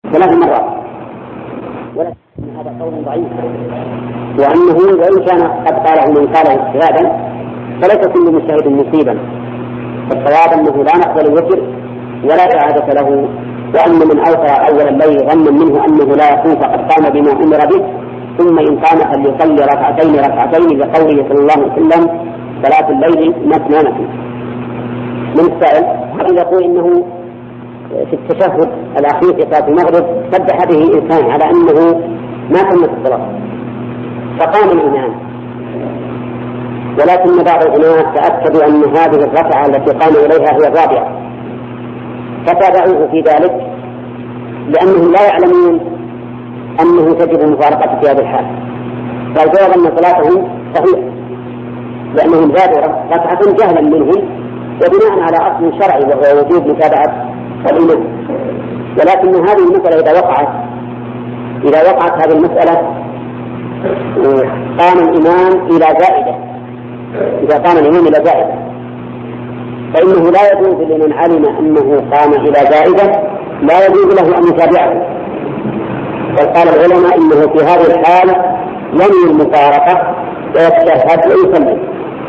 ثلاث مرات، ولكن هذا قول ضعيف، وأنه وإن كان قد قاله من قاله اجتهادا فليس كل مجتهد مصيبا، فالصواب أنه لا نقبل الوتر ولا سعادة له، وأن من أوتر أول الليل ظنا منه أنه لا يكون فقد قام بما أمر به، ثم إن قام فليصلي ركعتين لقوله صلى الله عليه وسلم صلاة الليل مثنى. من السائل يقول إنه في التشهد الأخير في صلاة المغرب سبح به إنسان على أنه ما تمت الصلاة فقام الإمام، ولكن بعض الناس تأكدوا أن هذه الركعة التي قام إليها هي الرابعة فتابعوه في ذلك لأنهم لا يعلمون أنه تجب مفارقته في هذه الحال، فالجواب أن صلاتهم صحيحة لأنهم زادوا ركعة جهلا منهم وبناء على أصل شرعي وهو وجوب متابعة الإمام. ولكن هذه المسألة إذا وقعت هذه المسألة قام الإمام إلى زائدة، إذا قام الإمام إلى زائدة فإنه لا يجوز لمن علم أنه قام إلى زائدة لا يجوز له أن يتابعه، بل قال العلماء إنه في هذه الحالة ينوي المفارقة ويتشهد ويصلي،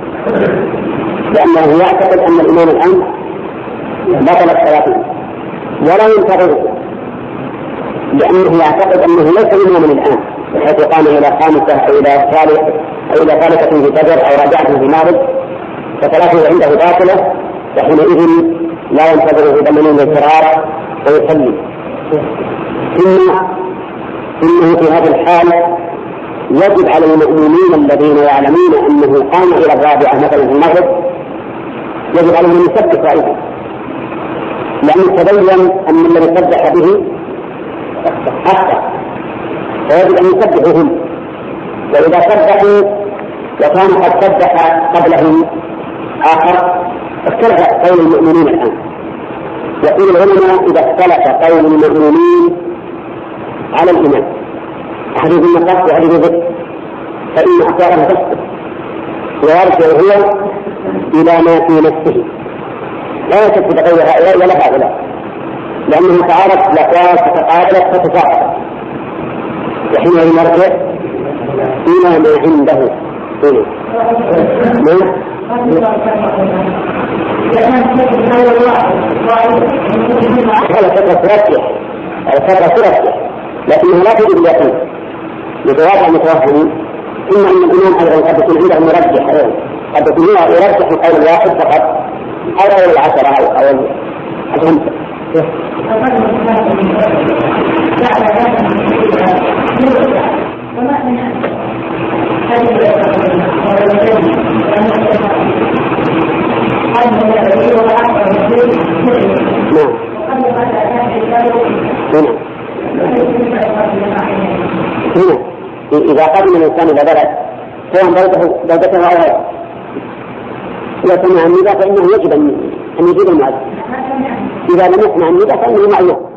لأنه يعتقد أن الإمام الآن بطلت صلاته ولا ينتظره، لأنه يعتقد أنه ليس إماما الآن بحيث قام إلى خامسة أو إلى ثالثة في فجر أو رابعة في مغرب فصلاته عنده باطلة، وحينئذ لا ينتظره بمنون الفرار ويصلي. ثم إنه في هذه الحالة يجب على المؤمنين الذين يعلمون أنه قام إلى الرابعة مثلا في المغرب يجب عليهم أن يثبت رأيه، لأنه تبين أن الذي صدح به أخطأ فيجب أن يصدحهم، وإذا صدحوا وكان قد صدح قبلهم آخر اختلف قول المؤمنين الآن. يقول العلماء إذا اختلف قول المؤمنين على الإمام أحد النقاط وأحد الذكر فإن أثاره تسقط ويرجع هو إلى ما في نفسه لا يشك بقول هؤلاء ولا هؤلاء، لأنه تعارض الأقوال فتقابلت فتساقط، وحينئذ يرجع إلى ما عنده لكنه لا تجد اليقين لتواضع المتوهمين، ثم أن الإمام أيضا قد يكون عنده مرجح، قد يكون يرجح القول الواحد فقط أو قول العشرة أو الخمسة. إذا قدم الإنسان إلى بلد سواء بلدته أو غيره وسمع النداء فإنه يجب أن يجيب المؤذن، إذا لم يسمع النداء فإنه معلوم.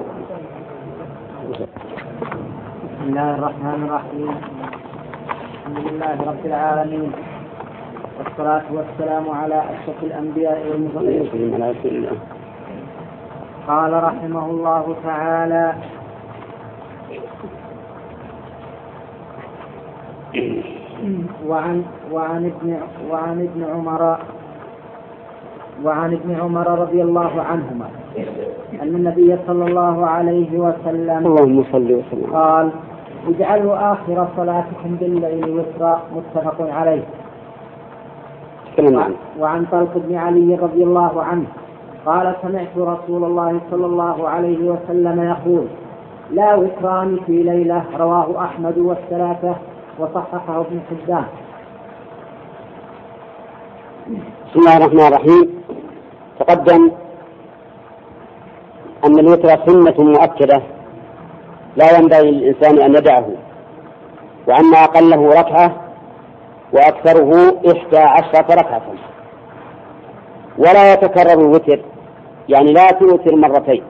بسم الله الرحمن الرحيم، الحمد لله رب العالمين، والصلاة والسلام على أشرف الأنبياء والمرسلين. قال رحمه الله تعالى: وعن ابن عمر رضي الله عنهما أن النبي صلى الله عليه وسلم قال: اجعلوا آخر صلاتكم بالليل وترا، متفق عليه. وعن طلق بن علي رضي الله عنه قال: سمعت رسول الله صلى الله عليه وسلم يقول: لا وتران في ليلة، رواه أحمد والثلاثة وصححه ابن حبان. بسم الله الرحمن الرحيم. تقدم أن الوتر سنة مؤكدة لا ينبغي للإنسان أن يدعه، وأن أقله ركعة وأكثره 11 ركعة، ولا يتكرر الوتر، يعني لا توتر مرتين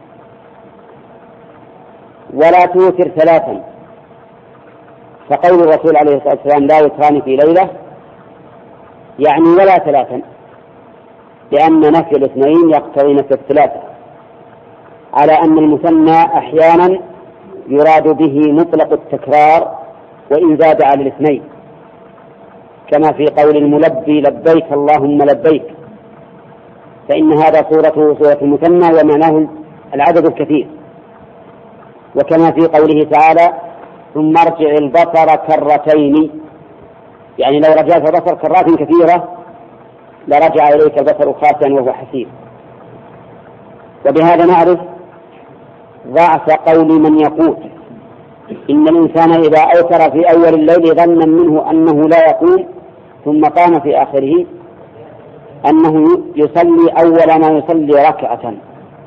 ولا توتر 3، فقول الرسول عليه الصلاة والسلام لا وتران في ليلة يعني ولا 3، لأن نفي الاثنين يقتضي نفي الثلاثة. على أن المثنى أحيانا يراد به مطلق التكرار وإن زاد على الاثنين، كما في قول الملبي لبيك اللهم لبيك، فإن هذا صورته صورة المثنى ومعناه العدد الكثير. وكما في قوله تعالى ثم ارجع البصر كرتين، يعني لو رجعت البصر كرات كثيرة لرجع إليك البصر خاسئا وهو حسير. وبهذا نعرف ضعف قول من يقول إن الإنسان إذا أوتر في أول الليل ظنا منه أنه لا يقوم ثم قام في آخره أنه يصلي أول ما يصلي ركعة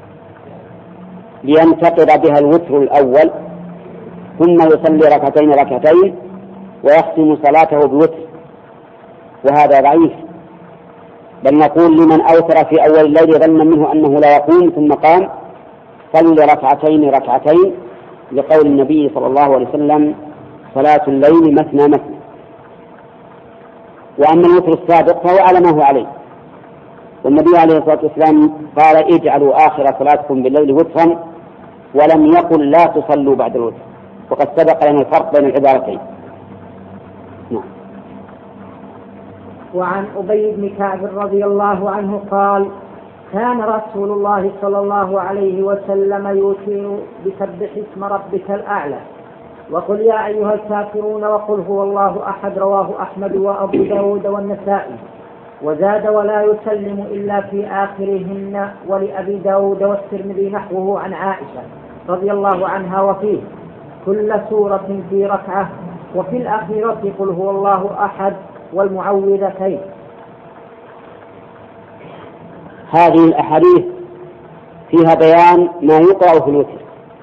لينتقض بها الوتر الأول، ثم يصلي ركعتين ويختم صلاته بوتر، وهذا ضعيف. بل نقول لمن أوتر في أول الليل ظنا منه أنه لا يقوم ثم قام صلي ركعتين لقول النبي صلى الله عليه وسلم صلاة الليل مثنى. وأما الوتر السابق فهو على ما هو عليه، والنبي عليه الصلاة والسلام قال اجعلوا آخر صلاتكم بالليل وترا، ولم يقل لا تصلوا بعد الوتر، وقد سبق لنا الفرق بين العبارتين. وعن أبي بن كعب رضي الله عنه قال كان رسول الله صلى الله عليه وسلم يوتر بسبح اسم ربك الأعلى وقل يا أيها الكافرون وقل هو الله أحد، رواه أحمد وأبو داود والنسائي. وزاد ولا يسلم إلا في آخرهن، ولأبي داود والترمذي نحوه عن عائشة رضي الله عنها وفيه كل سورة في ركعة، وفي الأخيرة قل هو الله أحد والمعوذتين. هذه الأحاديث فيها بيان ما يقرأ في الوتر،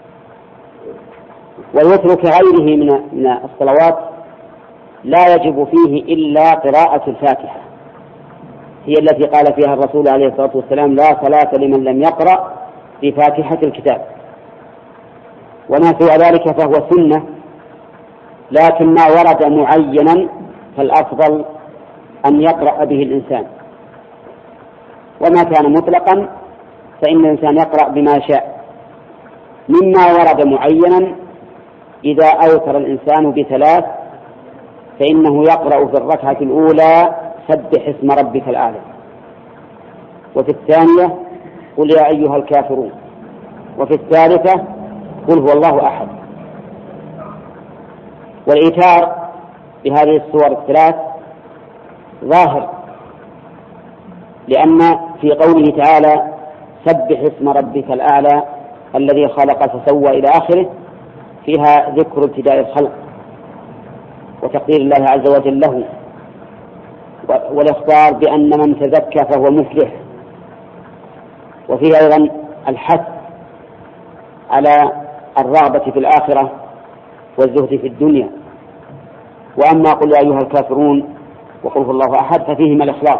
والوتر كغيره من الصلوات لا يجب فيه إلا قراءة الفاتحة، هي التي قال فيها الرسول عليه الصلاة والسلام لا صلاة لمن لم يقرأ بفاتحة الكتاب. وما سوى ذلك فهو سنة، لكن ما ورد معينا فالأفضل أن يقرأ به الإنسان، وما كان مطلقا فإن الإنسان يقرأ بما شاء. مما ورد معينا إذا أوتر الإنسان بثلاث فإنه يقرأ في الركعة الأولى سبح اسم ربك الأعلى، وفي الثانية قل يا أيها الكافرون، وفي الثالثة قل هو الله أحد. والإيتار بهذه الصور الثلاث ظاهر، لأن في قوله تعالى سبح اسم ربك الأعلى الذي خلق فسوى إلى آخره فيها ذكر ابتداء الخلق وتقدير الله عز وجل له، والإخبار بأن من تزكى فهو مفلح، وفيه أيضا الحث على الرغبة في الآخرة والزهد في الدنيا. وأما قل يا أيها الكافرون وقل هو الله أحد ففيهما الإخلاص،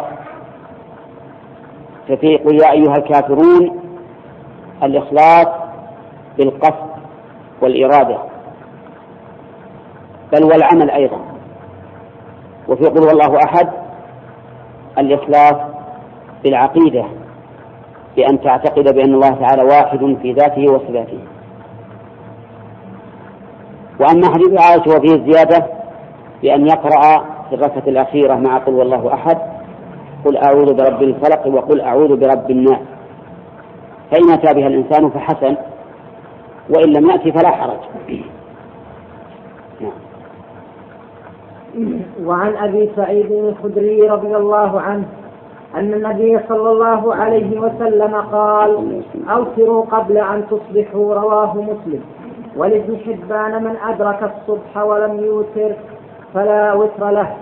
ففي قل يا أيها الكافرون الإخلاص بالقصد والإرادة بل والعمل أيضا، وفي قل هو الله أحد الإخلاص بالعقيدة بأن تعتقد بأن الله تعالى واحد في ذاته وصفاته. وأما حديث عائشة وفيه الزيادة بأن يقرأ في الركعة الأخيرة مع قل هو الله أحد قل أعوذ برب الفلق وقل أعوذ برب الناس، فإن أتى بها الإنسان فحسن، وإن لم يأتي فلا حرج. وعن أبي سعيد الخدري رضي الله عنه أن النبي صلى الله عليه وسلم قال أوتروا قبل أن تصبحوا، رواه مسلم. ولابن حبان من أدرك الصبح ولم يوتر فلا وتر له.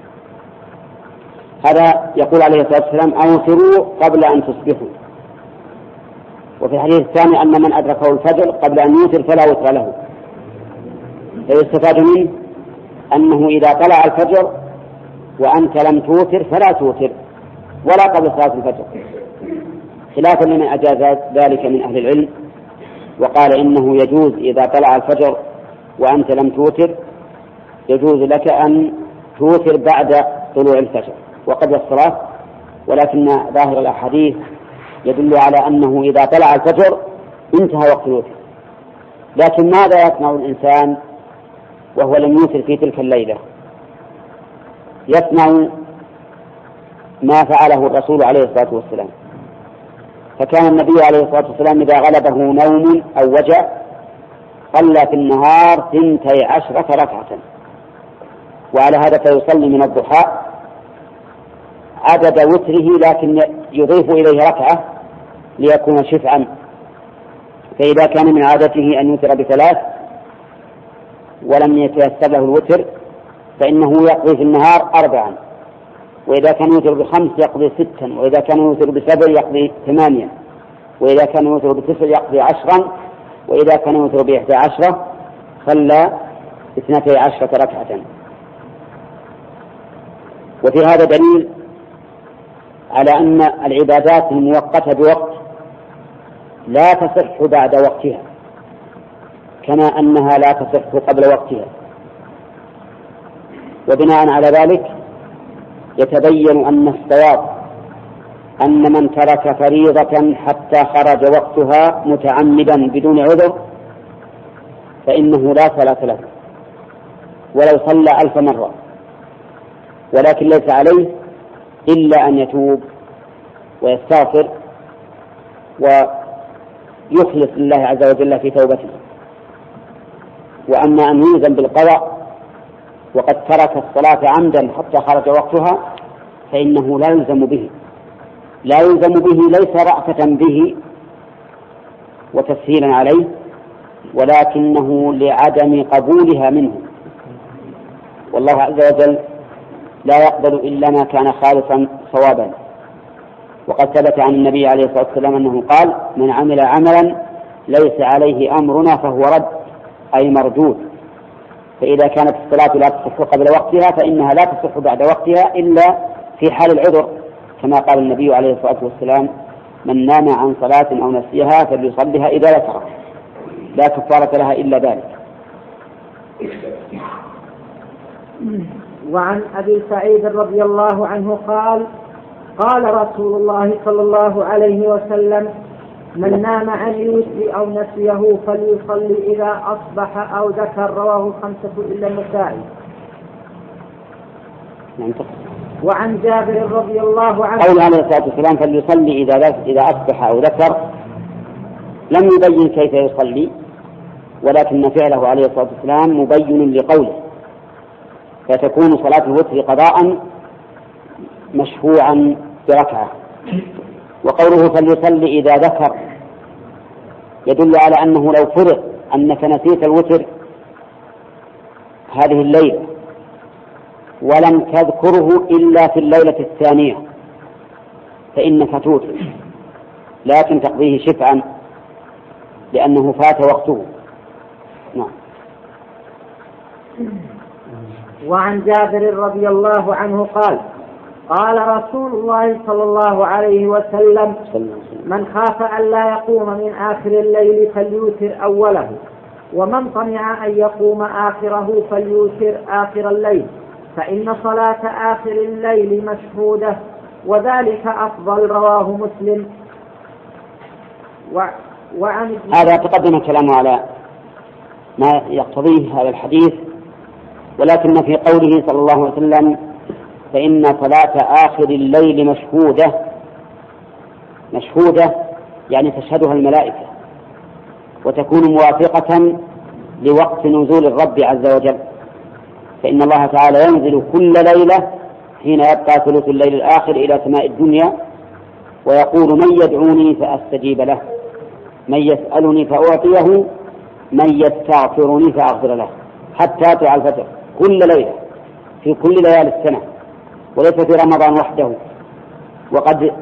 هذا يقول عليه الصلاة والسلام أوتروا قبل أن تصبحوا. وفي الحديث الثاني أن من أدركه الفجر قبل أن يوتر فلا وتر له، فيستفاد منه أنه إذا طلع الفجر وأنت لم توتر فلا توتر ولا قبل صلاة الفجر، خلافا لمن أجاز ذلك من أهل العلم وقال إنه يجوز إذا طلع الفجر وأنت لم توتر يجوز لك أن توتر بعد طلوع الفجر وقبل الصلاة، ولكن ظاهر الأحاديث يدل على أنه إذا طلع الفجر انتهى وقت الوتر. لكن ماذا يصنع الإنسان وهو لم يوتر في تلك الليلة؟ يصنع ما فعله الرسول عليه الصلاة والسلام. فكان النبي عليه الصلاة والسلام إذا غلبه نوم أو وجع صلى في النهار 12 ركعة، وعلى هذا فيصلي من الضحى عدد وتره، لكن يضيف إليه ركعة ليكون شفعا. فإذا كان من عادته أن يوتر ب3 ولم يتيسر له الوتر فإنه يقضي في النهار 4، وإذا كان يوتر ب5 يقضي 6، وإذا كان يوتر ب7 يقضي 8، وإذا كان يوتر ب9 يقضي 10، وإذا كان يوتر ب11 صلى 12 ركعة. وفي هذا دليل على أن العبادات المؤقتة بوقت لا تصح بعد وقتها، كما أنها لا تصح قبل وقتها. وبناء على ذلك يتبين أن الصواب أن من ترك فريضة حتى خرج وقتها متعمدا بدون عذر فإنه لا صلاة له ولو صلى 1000 مرة، ولكن ليس عليه إلا أن يتوب ويستغفر ويخلص لله عز وجل في توبته. وأما أن يلزم بالقضاء وقد ترك الصلاة عمدا حتى خرج وقتها فإنه لا يلزم به، لا يلزم به ليس رأفة به وتسهيلا عليه، ولكنه لعدم قبولها منه، والله عز وجل لا يقبل إلا ما كان خالصا صوابا. وقد ثبت عن النبي عليه الصلاة والسلام أنه قال: من عمل عملا ليس عليه أمرنا فهو رد، أي مردود. فإذا كانت الصلاة لا تصح قبل وقتها فإنها لا تصح بعد وقتها إلا في حال العذر، كما قال النبي عليه الصلاة والسلام: من نام عن صلاة أو نسيها فليصلها إذا ذكرها، لا كفارة لها إلا ذلك. وعن أبي سعيد رضي الله عنه قال: قال رسول الله صلى الله عليه وسلم: من نام عن الوتر أو نسيه فليصلي إذا أصبح أو ذكر. رواه 5 إلا النسائي. وعن جابر رضي الله عنه قول عليه الصلاة والسلام: فليصلي إذا أصبح أو ذكر، لم يبين كيف يصلي، ولكن فعله عليه الصلاة والسلام مبين لقوله، فتكون صلاة الوتر قضاء مشفوعا بركعة. وقوله فليصلي إذا ذكر يدل على أنه لو فرض أنك نسيت الوتر هذه الليلة ولم تذكره إلا في الليلة الثانية فإنك توتر، لكن تقضيه شفعا لأنه فات وقته. نعم. وعن جابر رضي الله عنه قال: قال رسول الله صلى الله عليه وسلم: من خاف أن لا يقوم من آخر الليل فليوتر أوله، ومن طمع أن يقوم آخره فليوتر آخر الليل، فإن صلاة آخر الليل مشهودة وذلك أفضل. رواه مسلم. هذا تقدم الكلام على ما يقتضيه هذا الحديث، ولكن في قوله صلى الله عليه وسلم: فإن صلاة آخر الليل مشهودة يعني تشهدها الملائكة وتكون موافقة لوقت نزول الرب عز وجل، فإن الله تعالى ينزل كل ليلة حين يبقى ثلث الليل الآخر إلى سماء الدنيا ويقول: من يدعوني فأستجيب له، من يسألني فأعطيه، من يستغفرني فأغفر له، حتى طلوع الفجر كل ليلة في كل ليالي السنة، وليس في رمضان وحده. وقد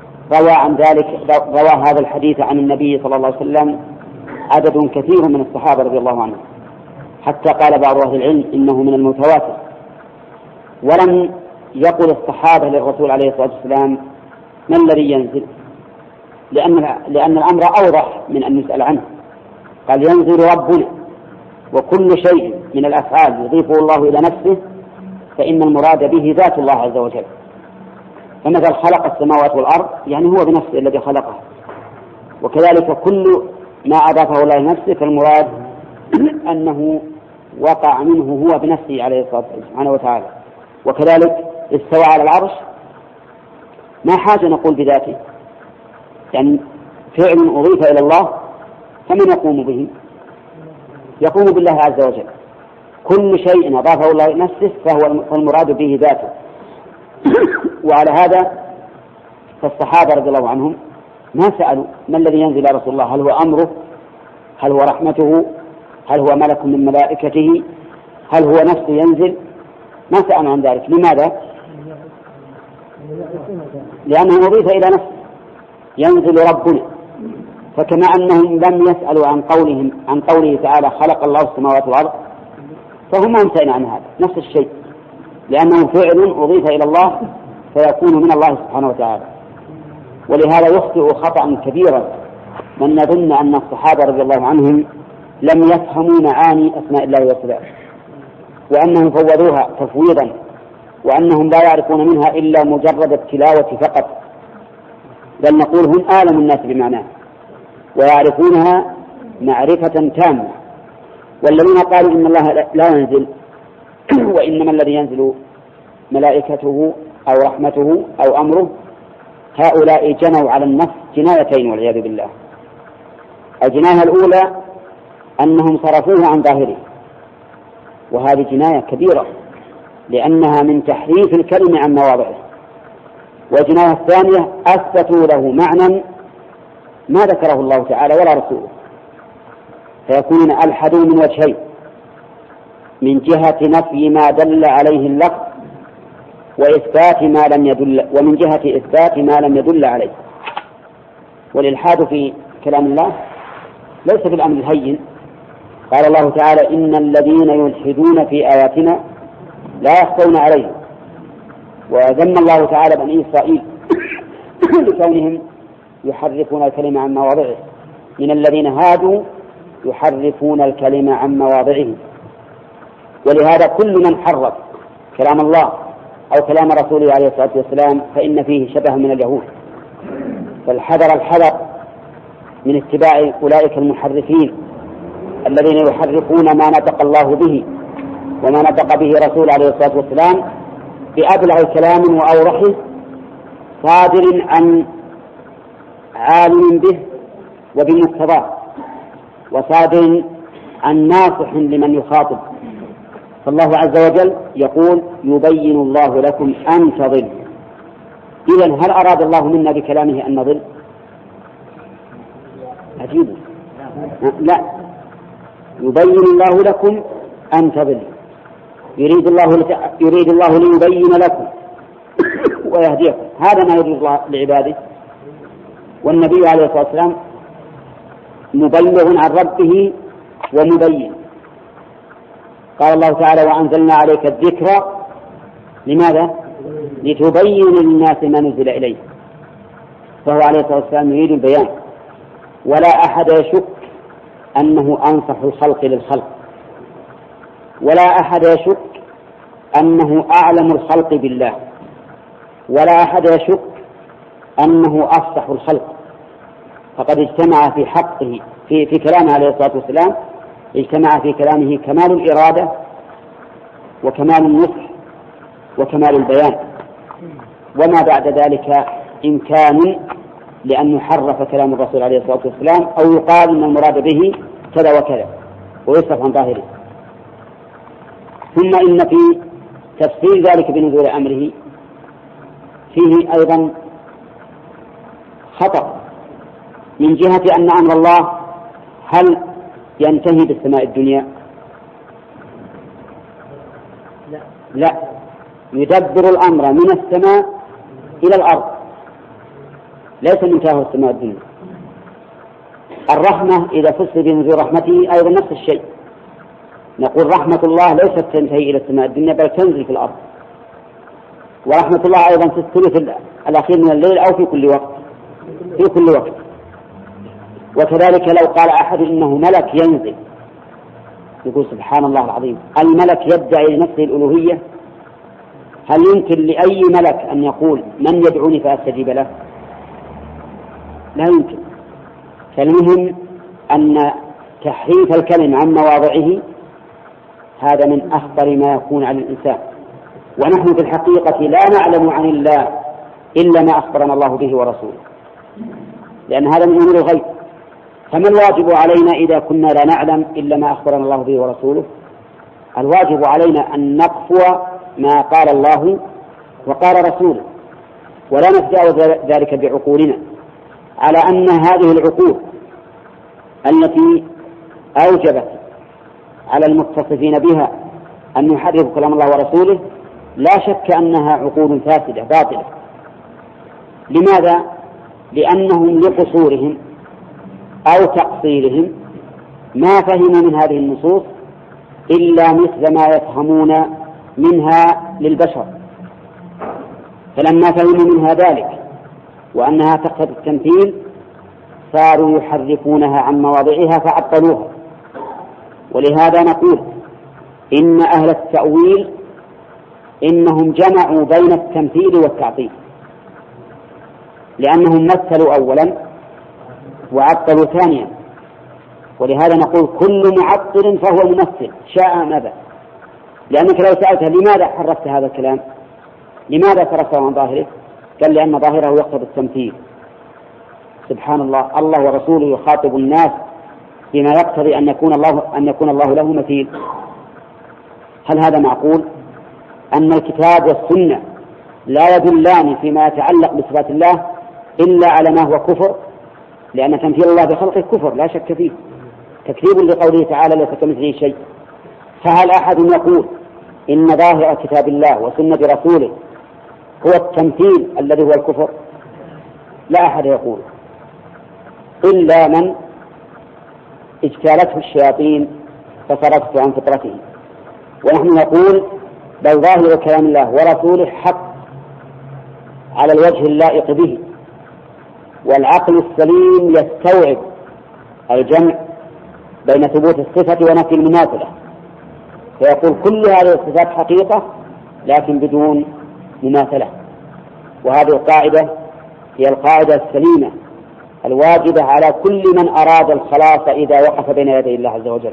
روى هذا الحديث عن النبي صلى الله عليه وسلم عدد كثير من الصحابة رضي الله عنهم، حتى قال بعض أهل العلم إنه من المتواتر. ولم يقل الصحابة للرسول عليه الصلاة والسلام: ما الذي ينزل؟ لأن الأمر أوضح من أن يسأل عنه. قال: ينزل ربنا، وكل شيء من الأفعال يضيفه الله إلى نفسه فإن المراد به ذات الله عز وجل. فمثل خلق السماوات والأرض يعني هو بنفسه الذي خلقها، وكذلك كل ما أضافه الله لنفسه فالمراد أنه وقع منه هو بنفسه عليه الصلاة والسلام سبحانه وتعالى. وكذلك استوى على العرش ما حاجة نقول بذاته، يعني فعل أضيف إلى الله فمن يقوم به؟ يقوم بالله عز وجل. كل شيء أضافه الله لنفسه فهو المراد به ذاته. وعلى هذا فالصحابة رضي الله عنهم ما سألوا ما الذي ينزل على رسول الله، هل هو أمره، هل هو رحمته، هل هو ملك من ملائكته، هل هو نفسه ينزل، ما سألوا عن ذلك. لماذا؟ لأنه أضيف إلى نفسه، ينزل ربنا. فكما أنهم لم يسألوا عن قوله تعالى خلق الله السماوات والأرض فهم ممتنعون عن هذا نفس الشيء، لأنه فعل أضيف إلى الله فيكون من الله سبحانه وتعالى. ولهذا يخطئ خطأ كبيرا من يظن أن الصحابة رضي الله عنهم لم يفهموا معاني أسماء الله وصفاته، وأنهم فوضوها تفويضا، وأنهم لا يعرفون منها إلا مجرد التلاوة فقط، بل نقول هم أعلم الناس بمعناها ويعرفونها معرفة تامة. والذين قالوا إن الله لا ينزل وإنما الذي ينزل ملائكته أو رحمته أو أمره، هؤلاء جنوا على النص جنايتين والعياذ بالله. الجناية الأولى أنهم صرفوه عن ظاهره، وهذه جناية كبيرة لأنها من تحريف الكلمة عن مواضعه. والجناية الثانية أثبتوا له معنى ما ذكره الله تعالى ولا رسوله، فيكونون ألحدوا من وجهين: من جهة نفي ما دل عليه اللفظ وإثبات ما لم يدل، ومن جهة إثبات ما لم يدل عليه. والإلحاد في كلام الله ليس في الأمر الهين. قال الله تعالى: إن الذين يلحدون في آياتنا لا يخفون عليهم. وذم الله تعالى بني إسرائيل لكونهم يحرفون الكلمة عن مواضعه: من الذين هادوا يحرفون الكلمة عن مواضعه. ولهذا كل من حرف كلام الله أو كلام رسوله عليه الصلاة والسلام فإن فيه شبه من اليهود. الحذر من اتباع أولئك المحرفين الذين يحرفون ما نطق الله به وما نطق به رسول عليه الصلاة والسلام بأبلغ كلام وأوضحه، صادر عن عالم به وبمقتضاه، وصادر عن ناصح لمن يخاطب. فالله عز وجل يقول: يبين الله لكم أن تضلوا. إذن هل أراد الله منا بكلامه أن نضل؟ عجيب. لا، يبين الله لكم أن تضلوا. يريد الله ليبين لكم ويهديكم. هذا ما يريد الله لعباده. والنبي عليه الصلاة والسلام مبلغ عن ربه ومبين. قال الله تعالى: وأنزلنا عليك الذكر. لماذا؟ لتبين للناس ما نزل إليه. فهو عليه الصلاة والسلام يريد البيان، ولا أحد يشك أنه أنصح الخلق للخلق، ولا أحد يشك أنه أعلم الخلق بالله، ولا أحد يشك أنه أفصح الخلق. فقد اجتمع في حقه في كلامه عليه الصلاة والسلام، اجتمع في كلامه كمال الإرادة وكمال النصح وكمال البيان، وما بعد ذلك إمكان لأن يحرف كلام الرسول عليه الصلاة والسلام أو يقال أن المراد به كذا وكذا ويصرف عن ظاهره. ثم إن في تفسير ذلك بنزول أمره فيه أيضا خطأ، من جهة أن أمر الله هل ينتهي بالسماء الدنيا؟ لا، يدبر الأمر من السماء إلى الأرض، ليس منتهى السماء الدنيا. الرحمة إذا فسر بنزول رحمته أيضا نفس الشيء، نقول رحمة الله ليست تنتهي إلى السماء الدنيا بل تنزل في الأرض. ورحمة الله أيضا في الثلث الأخير من الليل أو في كل وقت، في كل وقت. وكذلك لو قال أحد إنه ملك ينزل، يقول سبحان الله العظيم، الملك يدعي لنفسه الألوهية؟ هل يمكن لأي ملك أن يقول من يدعوني فأستجيب له؟ لا يمكن. فالمهم أن تحريف الكلم عن مواضعه هذا من أخطر ما يكون على الإنسان، ونحن في الحقيقة لا نعلم عن الله إلا ما أخبرنا الله به ورسوله، لأن هذا من أمور الغيب. فما الواجب علينا إذا كنا لا نعلم إلا ما أخبرنا الله به ورسوله؟ الواجب علينا أن نقفو ما قال الله وقال رسوله، ولا نتجاوز ذلك بعقولنا، على أن هذه العقول التي أوجبت على المتصفين بها أن يحرفوا كلام الله ورسوله لا شك أنها عقول فاسدة باطلة. لماذا؟ لأنهم لقصورهم أو تقصيرهم ما فهموا من هذه النصوص إلا مثل ما يفهمون منها للبشر، فلما فهموا منها ذلك وأنها تقتضي التمثيل صاروا يحرفونها عن مواضعها فعطلوها. ولهذا نقول إن أهل التأويل إنهم جمعوا بين التمثيل والتعطيل، لأنهم مثلوا أولا وعطلوا ثانيا. ولهذا نقول كل معطل فهو ممثل شاء أم أبى، لأنك لو سألته لماذا حرفت هذا الكلام، لماذا صرفته عن ظاهره، قال لأن ظاهره يقتضي التمثيل. سبحان الله، الله ورسوله يخاطب الناس بما يقتضي أن يكون الله له مثيل. هل هذا معقول؟ أن الكتاب والسنة لا يدلان فيما يتعلق بصفات الله إلا على ما هو كفر، لأن تمثيل الله بخلقه كفر لا شك فيه، تكذيب لقوله تعالى ليس كمثله شيء. فهل أحد يقول إن ظاهر كتاب الله وسنة رسوله هو التمثيل الذي هو الكفر؟ لا أحد يقول، إلا من اجتالته الشياطين فصرفته عن فطرته. ونحن نقول بل ظاهر كلام الله ورسوله حق على الوجه اللائق به، والعقل السليم يستوعب الجمع بين ثبوت الصفة ونفي المماثلة، فيقول كل هذه الصفات حقيقة لكن بدون مماثلة. وهذه القاعدة هي القاعدة السليمة الواجبة على كل من أراد الخلاص إذا وقف بين يدي الله عز وجل.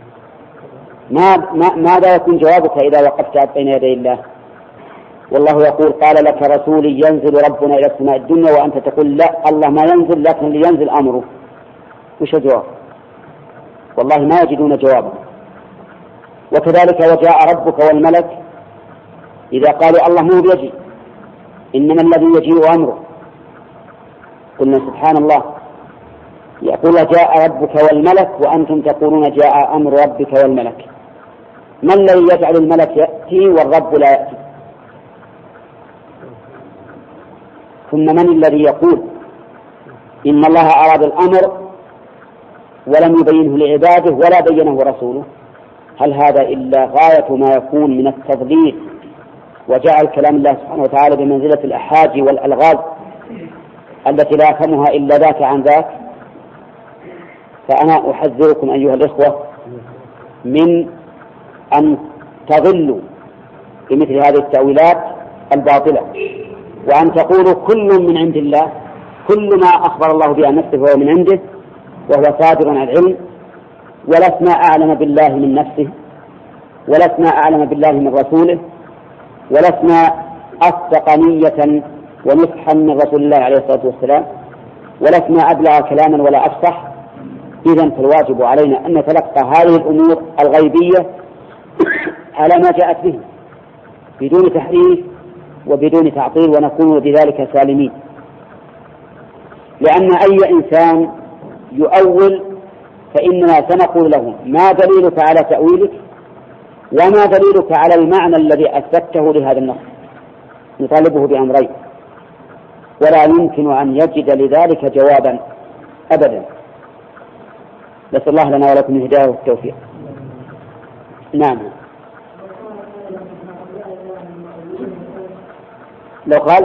ماذا يكون جوابك إذا وقفت بين يدي الله والله يقول قال لك رسولي ينزل ربنا إلى السماء الدنيا، وأنت تقول لا الله ما ينزل لكن لينزل أمره؟ وش الجواب؟ والله ما يجدون جوابا. وكذلك وجاء ربك والملك، إذا قالوا الله مو بيجي إنما الذي يجيء أمره، قلنا سبحان الله، يقول جاء ربك والملك وأنتم تقولون جاء أمر ربك والملك. ما الذي يجعل الملك يأتي والرب لا يأتي؟ ثم من الذي يقول إن الله أراد الأمر ولم يبينه لعباده ولا بينه رسوله؟ هل هذا إلا غاية ما يكون من التضليل وجعل كلام الله سبحانه وتعالى بمنزلة الأحاجي والألغاز التي لا يفهمها إلا ذاك عن ذاك؟ فأنا أحذركم أيها الإخوة من أن تضلوا بمثل هذه التأويلات الباطلة، وأن تقولوا كل من عند الله، كل ما أخبر الله به عن نفسه هو من عنده وهو صادر عن العلم، ولسنا أعلم بالله من نفسه، ولسنا أعلم بالله من رسوله، ولسنا أصدق نية ونصحا من رسول الله عليه الصلاة والسلام، ولسنا أبلغ كلاما ولا أفصح. إذن فالواجب علينا أن نتلقى هذه الأمور الغيبية على ما جاءت به بدون تحريف وبدون تعطيل، ونكون بذلك سالمين. لأن أي إنسان يؤول فإننا سنقول له ما دليلك على تأويلك وما دليلك على المعنى الذي أثبته لهذا النص، نطالبه بأمرين ولا يمكن أن يجد لذلك جوابا أبدا. نسأل الله لنا ولكم الهداية والتوفيق. نعم. لو قال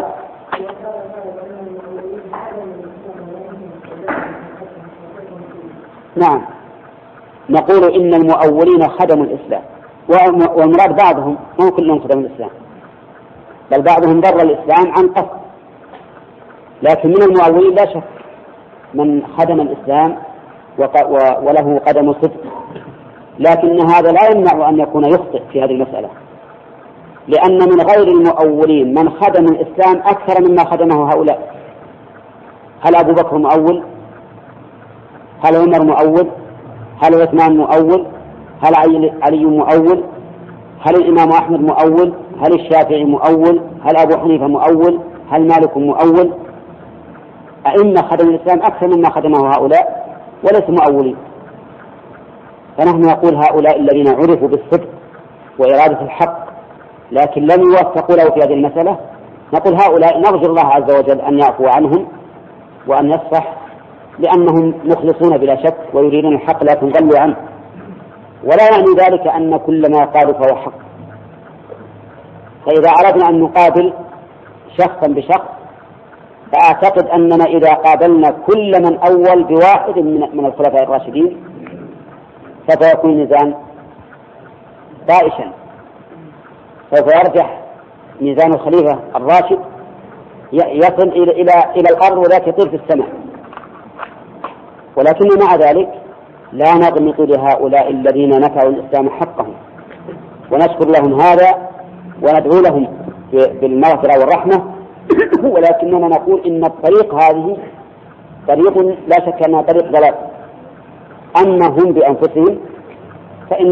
نعم نقول إن المؤولين خدموا الإسلام، والمراد بعضهم مو كلهم خدموا الإسلام، بل بعضهم ضر الإسلام عن قصد، لكن من المؤولين لا شك من خدم الإسلام وله قدم صدق، لكن هذا لا يمنع أن يكون يخطئ في هذه المسألة، لأن من غير المؤولين من خدم الإسلام أكثر مما خدمه هؤلاء. هل أبو بكر مؤول؟ هل عمر مؤول؟ هل عثمان مؤول؟ هل علي مؤول؟ هل الإمام أحمد مؤول؟ هل الشافعي مؤول؟ هل أبو حنيفة مؤول؟ هل مالك مؤول؟ أئمة خدم الإسلام أكثر مما خدمه هؤلاء وليس مؤولين. فنحن نقول هؤلاء الذين عرفوا بالصدق وإرادة الحق لكن لم يوفقوا له في هذه المسألة، نقول هؤلاء نرجو الله عز وجل أن يعفو عنهم وأن يصفح، لأنهم مخلصون بلا شك ويريدون الحق لا تنضلوا عنه، ولا يعني ذلك أن كل ما قالوا فهو حق. فإذا أردنا أن نقابل شخصا بشخص فأعتقد أننا إذا قابلنا كل من أول بواحد من الخلفاء الراشدين سوف يكون ميزان طائشا، سوف يرجح ميزان الخليفة الراشد يصل إلى الأرض وذاك يطير في السماء. ولكن مع ذلك لا نغمط لهؤلاء الذين نفعوا الإسلام حقهم، ونشكر لهم هذا وندعو لهم بالمغفرة والرحمة، ولكننا نقول إن الطريق هذه طريق لا شك أنها طريق ضلال. أما هم بأنفسهم فإن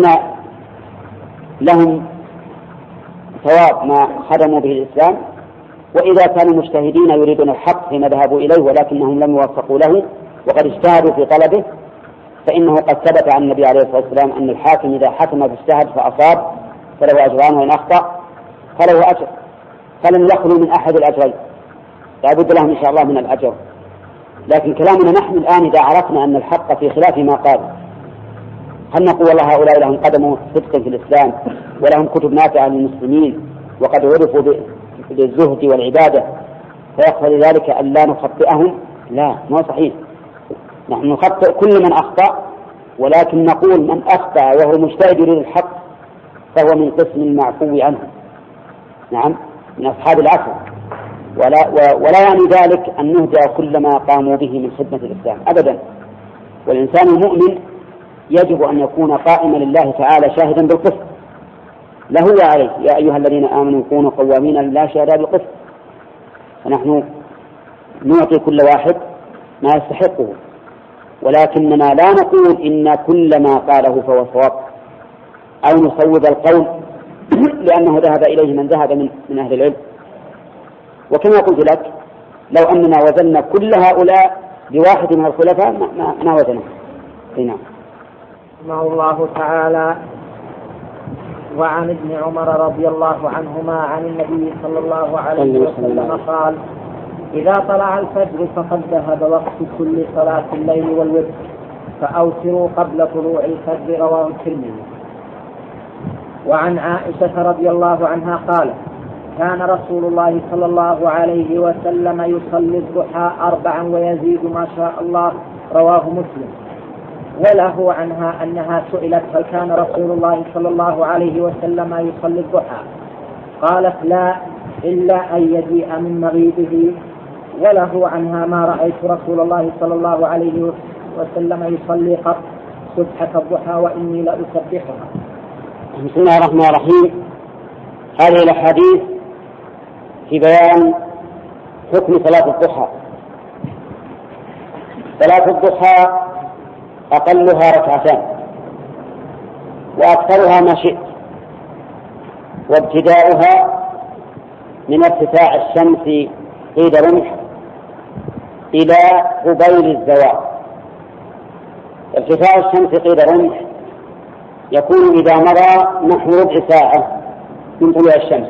لهم ثواب ما خدموا به الإسلام، وإذا كانوا مجتهدين يريدون الحق فيما ذهبوا إليه ولكنهم لم يوفقوا له وقد اجتهدوا في طلبه، فإنه قد ثبت عن النبي عليه الصلاة والسلام أن الحاكم إذا حكم فاجتهد فأصاب فله أجران، وإن أخطأ فله أجر، فلن يخلو من أحد الأجرين، لا بد لهم إن شاء الله من الأجر. لكن كلامنا نحن الآن إذا عرفنا أن الحق في خلاف ما قال، هل نقول والله هؤلاء لهم قدم صدق في الإسلام ولهم كتب نافعة للمسلمين وقد عرفوا بالزهد والعبادة فيقتضي ذلك أن لا نخطئهم؟ لا، ما صحيح. نحن نخطئ كل من أخطأ، ولكن نقول من أخطأ وهو مجتهد يريد الحق فهو من قسم المعفو عنه، نعم، من أصحاب العفو، ولا يعني ذلك أن نهدأ كل ما قاموا به من خدمة الإسلام أبدا. والإنسان المؤمن يجب أن يكون قائما لله تعالى شاهدا بالقسط له وعليه، يا أيها الذين آمنوا كونوا قوامين لله شهداء بالقسط. فنحن نعطي كل واحد ما يستحقه، ولكننا لا نقول إن كل ما قاله فهو صواب أو نصوب القول لأنه ذهب إليه من ذهب من أهل العلم. وكما قلت لك لو أننا وزننا كل هؤلاء بواحد من الخلفاء ما وزنه. نعم. رحمه الله تعالى. وعن ابن عمر رضي الله عنهما عن النبي صلى الله عليه وسلم قال: إذا طلع الفجر فقد ذهب وقت كل صلاة الليل والوتر فأوتروا قبل طلوع الفجر. رواه الترمذي. وعن عائشة رضي الله عنها قالت: كان رسول الله صلى الله عليه وسلم يصلي الضحى 4 ويزيد ما شاء الله. رواه مسلم. وله عنها أنها سئلت: هل كان رسول الله صلى الله عليه وسلم يصلي الضحى؟ قالت: لا، إلا أن يجيء من مغيبه. وله عنها: ما رأيت رسول الله صلى الله عليه وسلم يصلي قط سبحة الضحى وإني لأسبحها. بسم الله الرحمن الرحيم. هذه الأحاديث في بيان حكم صلاة الضحى. صلاة الضحى أقلها 2 وأكثرها ما شئت، وابتداؤها من ارتفاع الشمس قيد رمح إلى قبيل الزوال. ارتفاع الشمس قيد رمح يكون إذا مضى نحو ربع ساعة من طلوع الشمس،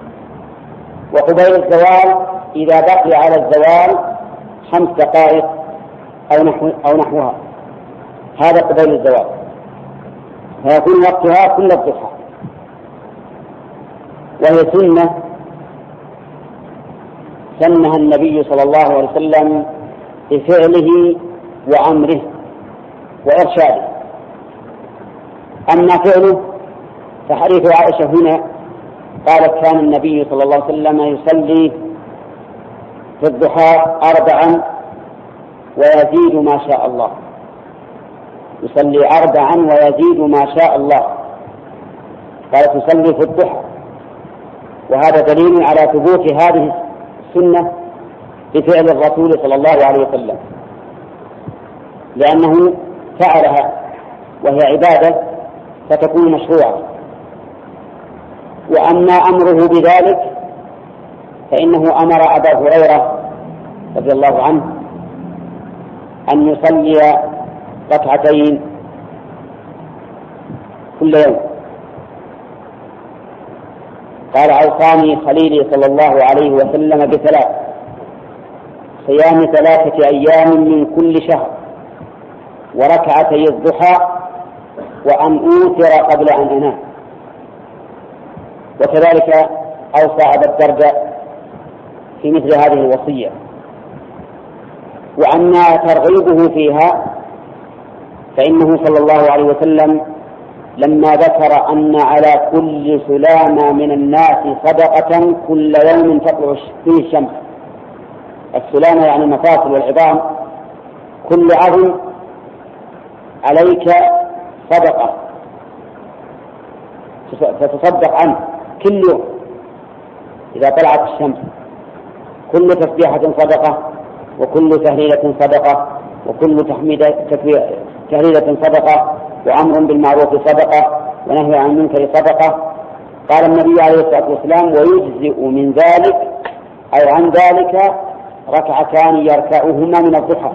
وقبيل الزوال إذا بقي على الزوال 5 دقائق أو نحوها، هذا قبيل الزوال، فيكون وقتها كل الضحى. وهي سنة سنها النبي صلى الله عليه وسلم بفعله وأمره وإرشاده. أما فعله فحديث عائشة هنا قالت: كان النبي صلى الله عليه وسلم يصلي في الضحى 4 ويزيد ما شاء الله. يصلي 4 ويزيد ما شاء الله. قال تصلي في الضحى، وهذا دليل على ثبوت هذه السنة بفعل الرسول صلى الله عليه وسلم، لأنه فعلها وهي عبادة فتكون مشروعة. وأما أمره بذلك فإنه أمر أبا هريرة رضي الله عنه أن يصلي 2 كل يوم. قال أوصاني خليلي صلى الله عليه وسلم ب3: صيام 3 أيام من كل شهر، وركعتي الضحى، وأن أوتر قبل أن أنام. وكذلك أوصى أبا الدرداء في مثل هذه الوصية. وأما ترغيبه فيها فإنه صلى الله عليه وسلم لما ذكر أن على كل سلامة من الناس صدقة كل يوم تطلع فيه الشمس. السلامة يعني المفاصل والعظام، كل عظم عليك صدقة فتصدق عنه كل يوم إذا طلعت الشمس. كل تسبيحة صدقة، وكل تهليلة صدقة، وكل تهليلة صدقة، وأمر بالمعروف صدقة، ونهي عن المنكر صدقة. قال النبي عليه الصلاة والسلام: ويجزئ من ذلك أو عن ذلك 2 يركعهما من الضحى.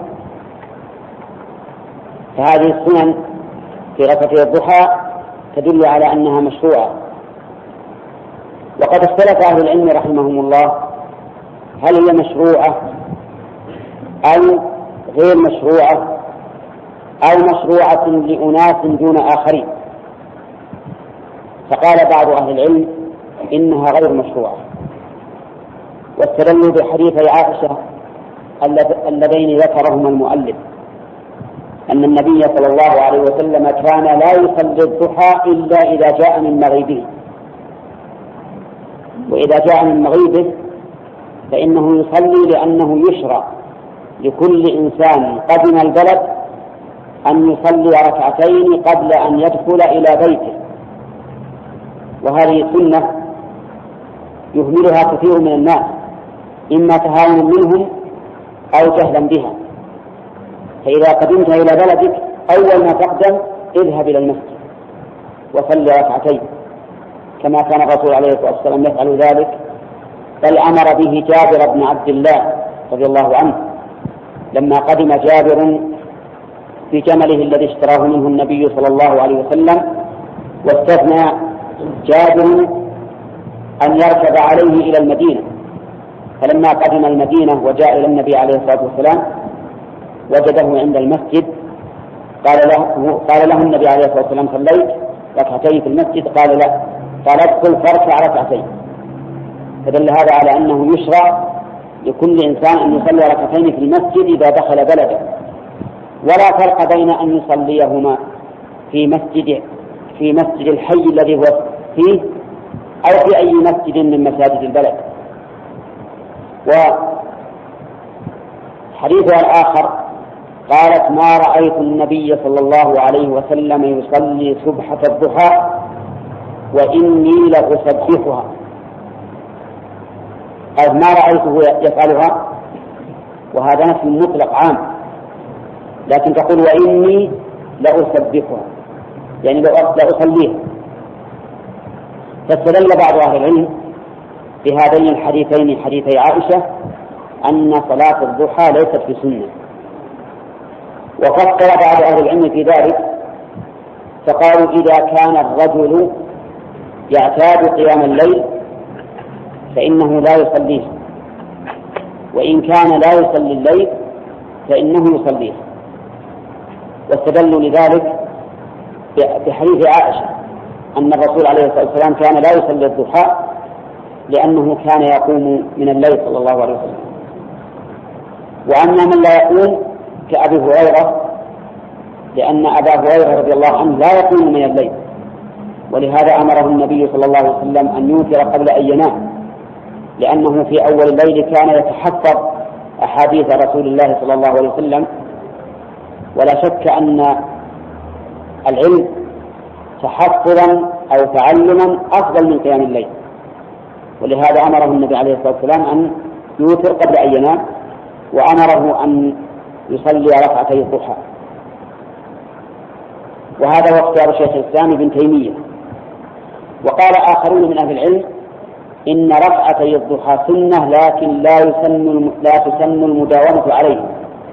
فهذه السنن في ركعتي الضحى تدل على أنها مشروعة. وقد اختلف أهل العلم رحمهم الله هل هي مشروعة أو غير مشروعة، أو مشروعة لأناس دون آخرين. فقال بعض أهل العلم إنها غير مشروعة، واستدلوا بحديث عائشة اللذين ذكرهما المؤلف أن النبي صلى الله عليه وسلم كان لا يصلي الضحى إلا إذا جاء من مغيبه، وإذا جاء من مغيبه فإنه يصلي لأنه يشرع لكل إنسان قدم البلد أن يصلي 2 قبل أن يدخل إلى بيته. وهذه سنة يهملها كثير من الناس، إما تهاونا منهم أو جهلا بها. فإذا قدمت إلى بلدك أول ما تقدم اذهب إلى المسجد وصلي 2 كما كان الرسول عليه الصلاة والسلام يفعل ذلك، بل أمر به جابر بن عبد الله رضي الله عنه لما قدم جابر في جمله الذي اشتراه منه النبي صلى الله عليه وسلم، واستثنى جابر أن يركب عليه إلى المدينة. فلما قدم المدينة وجاء إلى النبي عليه الصلاة والسلام وجده عند المسجد، قال له النبي عليه الصلاة والسلام: صليت 2 في المسجد؟ قال: لا. قال: ادخل فاركع 2. فدل هذا على أنه يشرع لكل إنسان أن يصلي 2 في المسجد إذا دخل بلده، ولا فرق بين أن يصليهما في مسجد الحي الذي هو فيه أو في أي مسجد من مساجد البلد. وحديثها الآخر قالت: ما رأيت النبي صلى الله عليه وسلم يصلي سبحة الضحى وإني لأسبحها. ما رأيته يفعلها، وهذا نفي مطلق عام، لكن تقول وإني لأسبحها يعني لأصليها. فاستدل بعض أهل العلم بهذين الحديثين، حديثي عائشة، أن صلاة الضحى ليست بسنة. وفصل بعض أهل العلم في ذلك فقالوا: إذا كان الرجل يعتاد قيام الليل فإنه لا يصليه، وإن كان لا يصلي الليل فإنه يصليه. واستدلوا لذلك بحديث عائشة أن الرسول عليه الصلاة والسلام كان لا يصلي الضحى لأنه كان يقوم من الليل صلى الله عليه وسلم. وأما من لا يقوم كأبي هريرة، لأن أبا هريرة رضي الله عنه لا يقوم من الليل، ولهذا أمره النبي صلى الله عليه وسلم أن يوتر قبل أن ينام، لأنه في أول الليل كان يتحفظ أحاديث رسول الله صلى الله عليه وسلم. ولا شك أن العلم تحفظا أو تعلما أفضل من قيام الليل، ولهذا أمره النبي عليه الصلاة والسلام أن يوتر قبل أن ينام، وأمره أن يصلي ركعتي الضحى. وهذا هو اختيار شيخ الإسلام ابن تيمية. وقال آخرون من أهل العلم إن ركعتي الضحى سنة، لكن لا تسن المداومة عليه،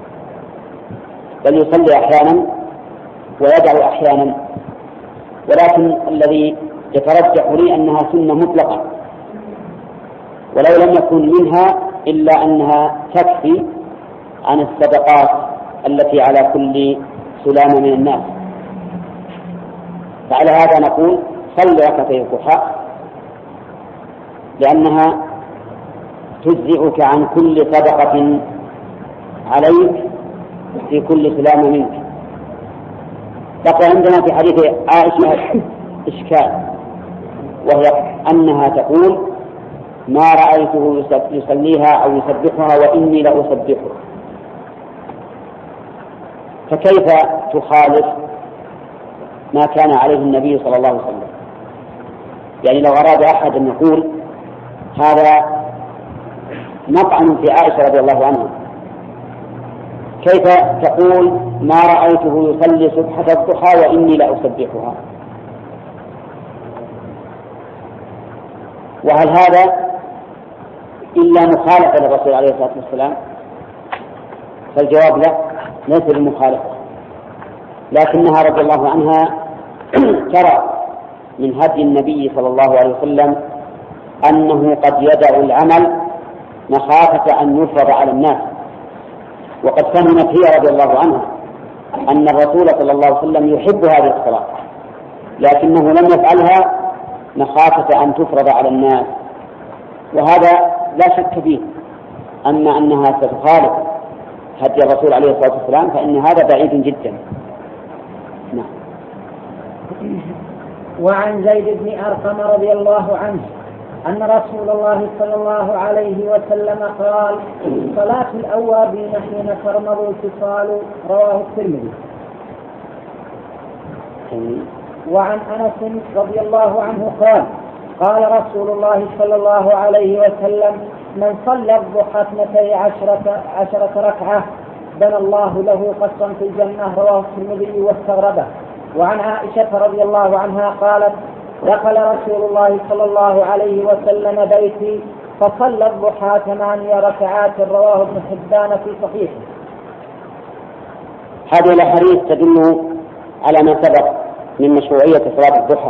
بل يصلي أحيانا ويدع أحيانا، ولكن الذي يترجح لي أنها سنة مطلقة، ولو لم يكن منها إلا أنها تكفي عن الصدقات التي على كل سلامة من الناس. فعلى هذا نقول صل ركعتي الضحى، لأنها تجزئك عن كل صدقة عليك في كل سلامة منك. بقي عندنا في حديث عائشة إشكال، وهي أنها تقول ما رأيته يصليها أو يسبحها وإني لأسبحه، فكيف تخالف ما كان عليه النبي صلى الله عليه وسلم؟ يعني لو أراد أحد أن يقول هذا مطعن في عائشة رضي الله عنها، كيف تقول ما رأيته يصلي سبحة الضحى وإني لأسبحها؟ وهل هذا إلا مخالفة للرسول عليه الصلاة والسلام؟ فالجواب لا، ليس بمخالفة، لكنها رضي الله عنها ترى من هدي النبي صلى الله عليه وسلم أنه قد يدع العمل مخافة أن يفرض على الناس، وقد فهمت هي رضي الله عنها أن الرسول صلى الله عليه وسلم يحب هذه الصلاة، لكنه لم يفعلها مخافة أن تفرض على الناس، وهذا لا شك فيه. أما أنها ستخالف هدي الرسول عليه الصلاة والسلام فإن هذا بعيد جدا. نعم. وعن زيد بن أرقم رضي الله عنه أن رسول الله صلى الله عليه وسلم قال: صلاة الأوابين حين ترمض الفصال، رواه الترمذي. وعن أنس رضي الله عنه قال: قال رسول الله صلى الله عليه وسلم: من صلى الضحى 12 ركعة بنى الله له قصرا في الجنة، رواه الترمذي واستغربه. وعن عائشة رضي الله عنها قالت: دخل رسول الله صلى الله عليه وسلم بيتي فصلى الضحى 8 ركعات، رواه ابن حبان في صحيحه. هذه الأحاديث تدل على ما سبق من مشروعية صلاة الضحى،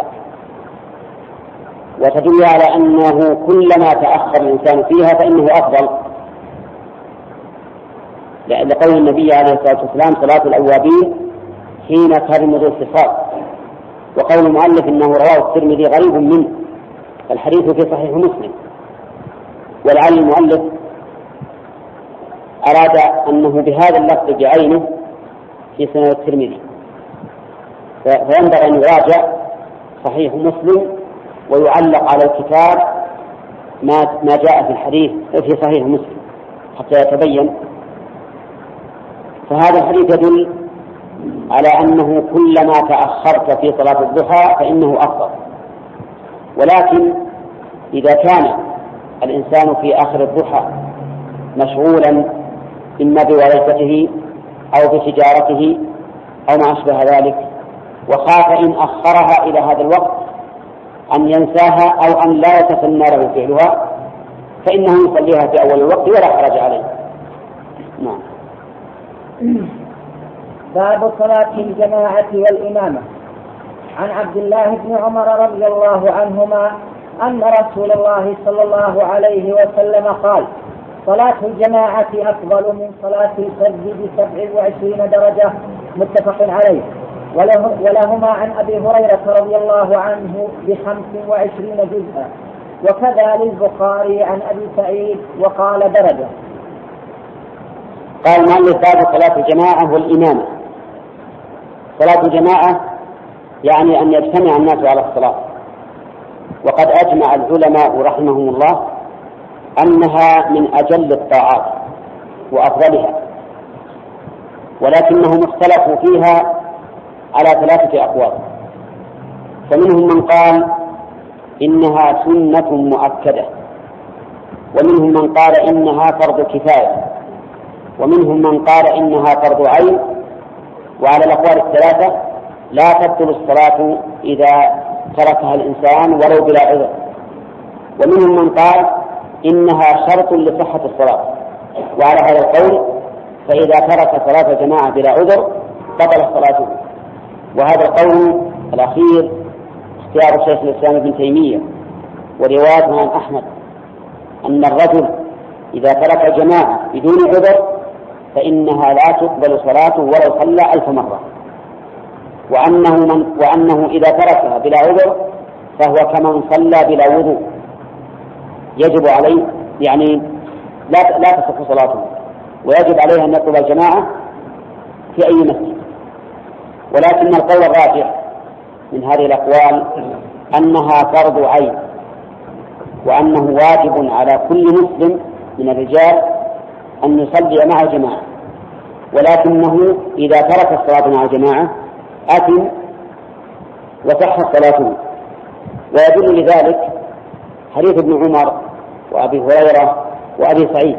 وتدل على أنه كلما تأخر الإنسان فيها فإنه أفضل، لقول النبي عليه الصلاة والسلام: صلاة الأوابين حين ترمض الفصال. وقول المؤلف إنه رواه الترمذي غريب منه، الحديث في صحيح مسلم، ولعل المؤلف أراد أنه بهذا اللفظ بعينه في سنة الترمذي، فينبغي أن يراجع صحيح مسلم ويعلق على الكتاب ما جاء في الحديث في صحيح مسلم حتى يتبين. فهذا الحديث يدل على أنه كلما تأخرت في صلاة الضحى فإنه أفضل، ولكن إذا كان الإنسان في آخر الضحى مشغولا إما بورثته أو بتجارته أو ما أشبه ذلك، وخاف إن أخرها إلى هذا الوقت أن ينساها أو أن لا يتسنى له فعلها، فإنه يصليها في أول الوقت ولا حرج عليه. نعم. باب صلاة الجماعة والإمامة. عن عبد الله بن عمر رضي الله عنهما أن رسول الله صلى الله عليه وسلم قال: صلاة الجماعة أفضل من صلاة الفرد ب27 درجة، متفق عليه. ولهما عن أبي هريرة رضي الله عنه ب25 جزءا، وكذا للبخاري عن أبي سعيد وقال درجة. قال المؤلف: باب صلاة الجماعة والإمامة. صلاة الجماعة يعني أن يجتمع الناس على الصلاة، وقد أجمع العلماء رحمهم الله أنها من أجل الطاعات وأفضلها، ولكنهم اختلفوا فيها على 3 أقوال. فمنهم من قال إنها سنة مؤكدة، ومنهم من قال إنها فرض كفاية، ومنهم من قال إنها فرض عين. وعلى الأقوال الثلاثة لا تبطل الصلاة إذا تركها الإنسان ولو بلا عذر. ومنهم من قال إنها شرط لصحة الصلاة، وعلى هذا القول فإذا ترك صلاة جماعة بلا عذر بطلت صلاته. وهذا القول الأخير اختيار شيخ الإسلام ابن تيمية ورواية عن أحمد، أن الرجل إذا ترك جماعة بدون عذر فإنها لا تقبل صلاته ولو صلى 1000 مرة، وأنه إذا تركها بلا عذر فهو كمن صلى بلا وضوء، يجب عليه يعني لا تصح صلاته، ويجب عليه أن يطلب الجماعة في أي مسجد. ولكن القول الراجح من هذه الأقوال أنها فرض عين، وأنه واجب على كل مسلم من الرجال أن يصلي مع جماعة، ولكنه إذا ترك الصلاة مع جماعة أثم وصحت صلاته. ويدل لذلك حديث ابن عمر وأبي هريرة وأبي سعيد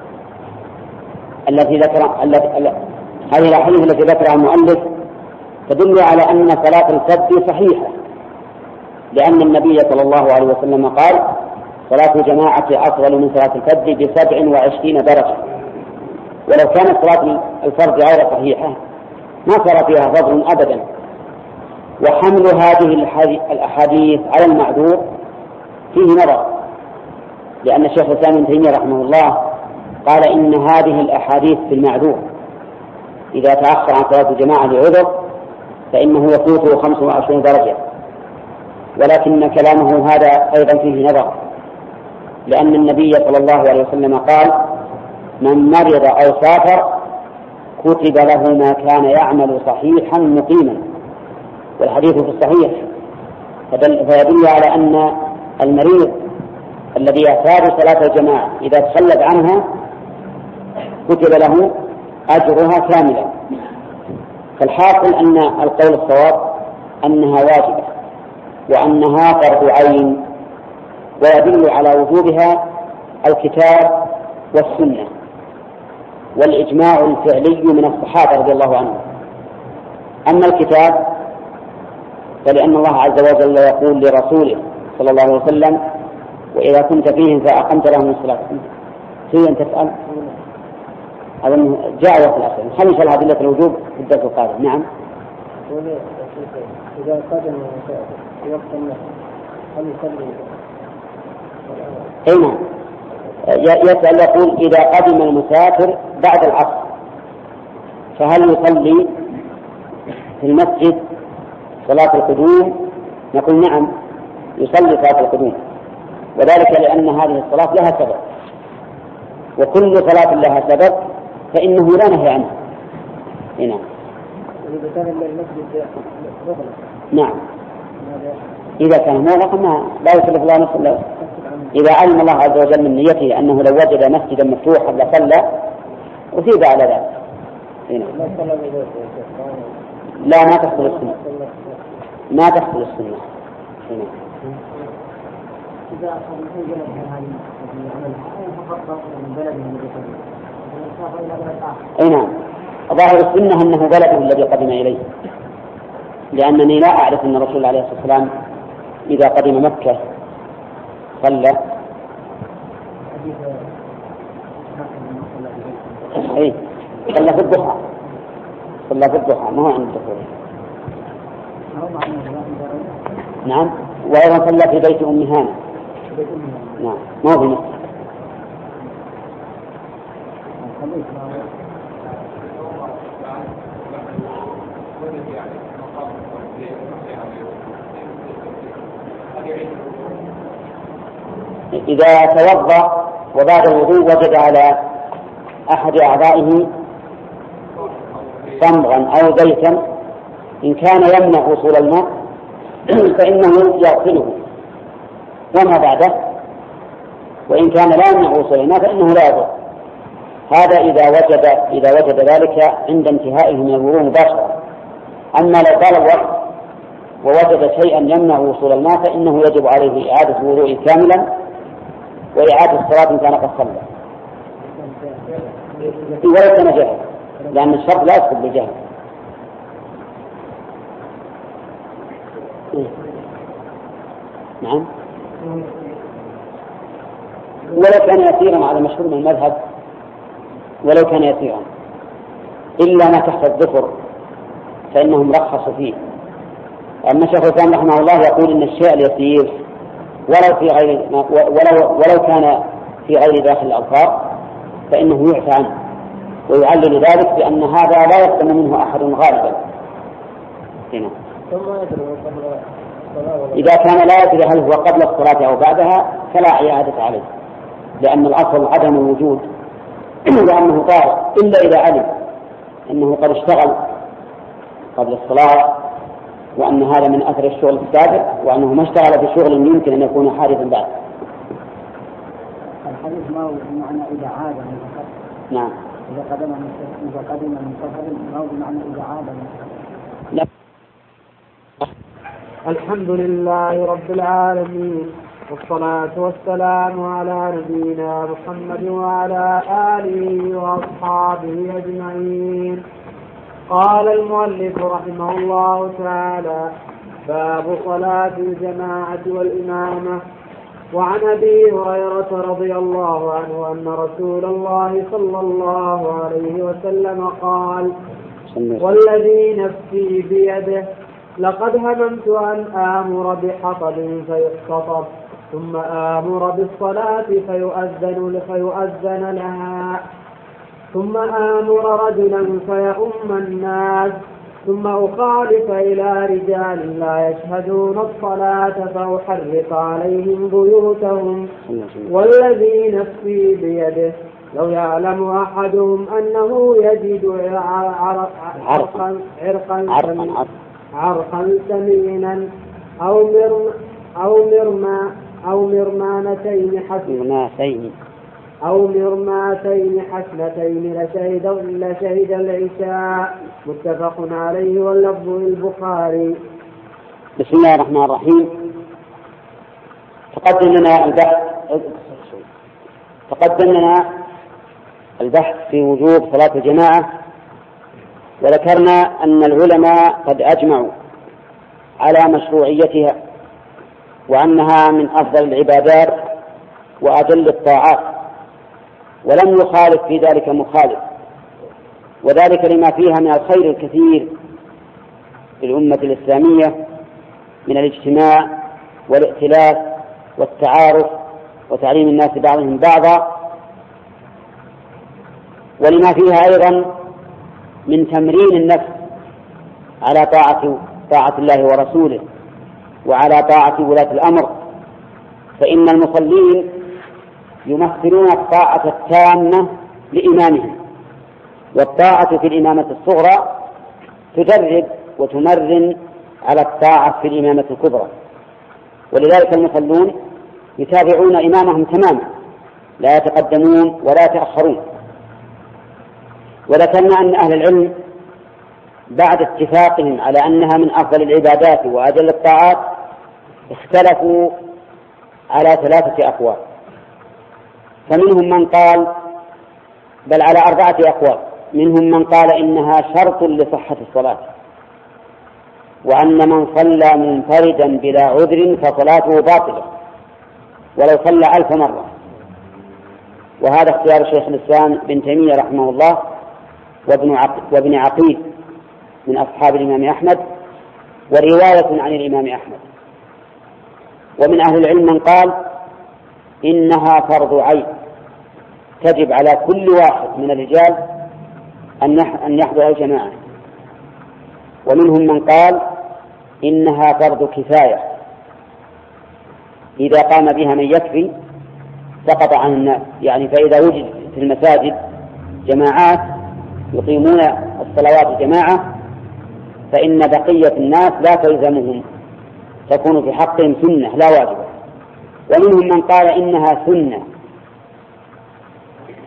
هذه الأحاديث التي ذكرها المؤلف تدل على أن صلاة الفرد صحيحة، لأن النبي صلى الله عليه وسلم قال صلاة الجماعة أفضل من صلاة الفرد ب27 درجة. ولو كانت صلاة الفرد غير صحيحة ما صار فيها فضل أبدا. وحمل هذه الأحاديث على المعذور فيه نظر، لأن الشيخ الإسلام ابن تيمية رحمه الله قال إن هذه الأحاديث في المعذور إذا تأخر عن صلاة الجماعة لعذر فإنه يفوته 25 درجة. ولكن كلامه هذا أيضا فيه نظر، لأن النبي صلى الله عليه وسلم قال من مرض أو سافر كتب له ما كان يعمل صحيحا مقيما، والحديث في الصحيح، فيدل على أن المريض الذي يحتاج صلاة الجماعة إذا تخلف عنها كتب له أجرها كاملا. فالحاصل أن القول الصواب أنها واجبة وأنها فرض عين، ويدل على وجوبها الكتاب والسنة والإجماع الفعلي من الصحابة رضي الله عنهم. أما الكتاب فلأن الله عز وجل يقول لرسوله صلى الله عليه وسلم وإذا كنت فيهم فأقمت لهم الصلاة. شيء تسأل أظن جاء في الأخير خمس الأدلة الوجوب في الدرس القادم. نعم. إذا قدم في وقت النهي هل يصلي؟ أي نعم. يسأل يقول إذا قدم المسافر بعد العصر فهل يصلي في المسجد صلاة القدوم؟ نقول نعم يصلي صلاة القدوم، وذلك لأن هذه الصلاة لها سبب، وكل صلاة لها سبب فإنه لا نهي عنها. نعم. إذا كان المسجد مغلق. نعم. إذا كان مغلقا لا يكلف الله نفسا إذا علم الله عز وجل من نيته أنه لو وجد مسجدا مفتوحا لصلى أثيب على ذلك. لا ما تحصل السنة، ما تحصل السنة. إذا أخذ من جلد هذه العمل فقط من بلده الذي قدم سافر إلى بلد آخر. أي نعم. ظاهر السنة أنه بلده الذي قدم إليه، لأنني لا أعرف أن الرسول عليه الصلاة والسلام إذا قدم مكة صلى. أي صلى في الضحى، صلى في الضحى ما هو عند الدخول. نعم. وأيضا صلى في بيت أم هانة. نعم ما هو في مكة. إذا توضأ وبعد الوضوء وجد على أحد أعضائه صمغا أو زيتا إن كان يمنع وصول الماء فإنه يغسله وما بعده، وإن كان لا يمنع وصول الماء فإنه لا يضر. هذا إذا وجد ذلك عند انتهائه من الوضوء مباشرة. أما لو طال الوقت ووجد شيئا يمنع وصول الماء فإنه يجب عليه إعادة الوضوء كاملا وإعادة الصلاة إن كان قد صلى ولو كان جاهل، لأن الشرط لا يسقط بالجهل. نعم. ولو كان يسيرا على مشهور من المذهب، ولو كان يسيرا إلا ما تحت الظفر فإنهم رخصوا فيه. أما شيخ الإسلام رحمه الله يقول إن الشيء اليسير ولو كان في غير داخل الأظفار فإنه يعفى عنه، ويعلل ذلك بأن هذا لا يقدم منه أحد غالبا. هنا إذا كان لا يدري هل هو قبل الصلاة أو بعدها فلا إعادة عليه، لأن الأصل عدم الوجود لأنه طارئ، إلا إذا علم أنه قد اشتغل قبل الصلاة وأن هذا من أثر الشغل السابق، وأنه ما اشتغل بشغل يمكن أن يكون حادثا بعد. الحديث ما هو بمعنى إذا عاد من سفر. نعم. إذا قدم من سفر ما هو بمعنى إذا عاد من سفر. لا. الحمد لله رب العالمين، والصلاة والسلام على نبينا محمد وعلى آله وأصحابه أجمعين. قال المؤلف رحمه الله تعالى: باب صلاة الجماعة والإمامة. وعن أبي هريرة رضي الله عنه أن رسول الله صلى الله عليه وسلم قال: والذي نفسي بيده لقد هممت أن آمر بحطب فيختطب ثم آمر بالصلاة فيؤذن لها ثم آمر رجلا فيؤم الناس ثم أخالف إلى رجال لا يشهدون الصلاة فأحرق عليهم بيوتهم. والذي نفسي بيده لو يعلم أحدهم أنه يجد عرقا سمينا أو مرمانتين حسنتين لشهد العشاء. متفق عليه واللفظ للبخاري. بسم الله الرحمن الرحيم. تقدم لنا البحث في وجوب صلاة الجماعة، وذكرنا أن العلماء قد أجمعوا على مشروعيتها وأنها من أفضل العبادات وأجل الطاعات، ولم يخالف في ذلك مخالف، وذلك لما فيها من الخير الكثير في الأمة الإسلامية من الاجتماع والائتلاف والتعارف وتعليم الناس بعضهم بعضا، ولما فيها أيضا من تمرين النفس على طاعة الله ورسوله وعلى طاعة ولاة الأمر، فإن المصلين يمثلون الطاعة التامة لإمامهم، والطاعة في الإمامة الصغرى تدرب وتمرن على الطاعة في الإمامة الكبرى، ولذلك المصلون يتابعون إمامهم تماما لا يتقدمون ولا يتأخرون. وذكرنا أن أهل العلم بعد اتفاقهم على أنها من أفضل العبادات وأجل الطاعات اختلفوا على 3 أقوال، فمنهم من قال بل على 4 أقوال. منهم من قال إنها شرط لصحة الصلاة، وأن من صلى منفردا بلا عذر فصلاته باطلة ولو صلى 1000 مرة، وهذا اختيار شيخ الإسلام بن تيمية رحمه الله وابن عقيل من أصحاب الإمام أحمد، ورواية عن الإمام أحمد. ومن أهل العلم من قال إنها فرض عين تجب على كل واحد من الرجال أن يحضر الجماعة. ومنهم من قال إنها فرض كفاية، إذا قام بها من يكفي سقط عن الناس، يعني فإذا وجد في المساجد جماعات يقيمون الصلوات جماعة فإن بقية الناس لا تلزمهم، تكون في حقهم سنة لا واجبة. ومنهم من قال إنها سنة،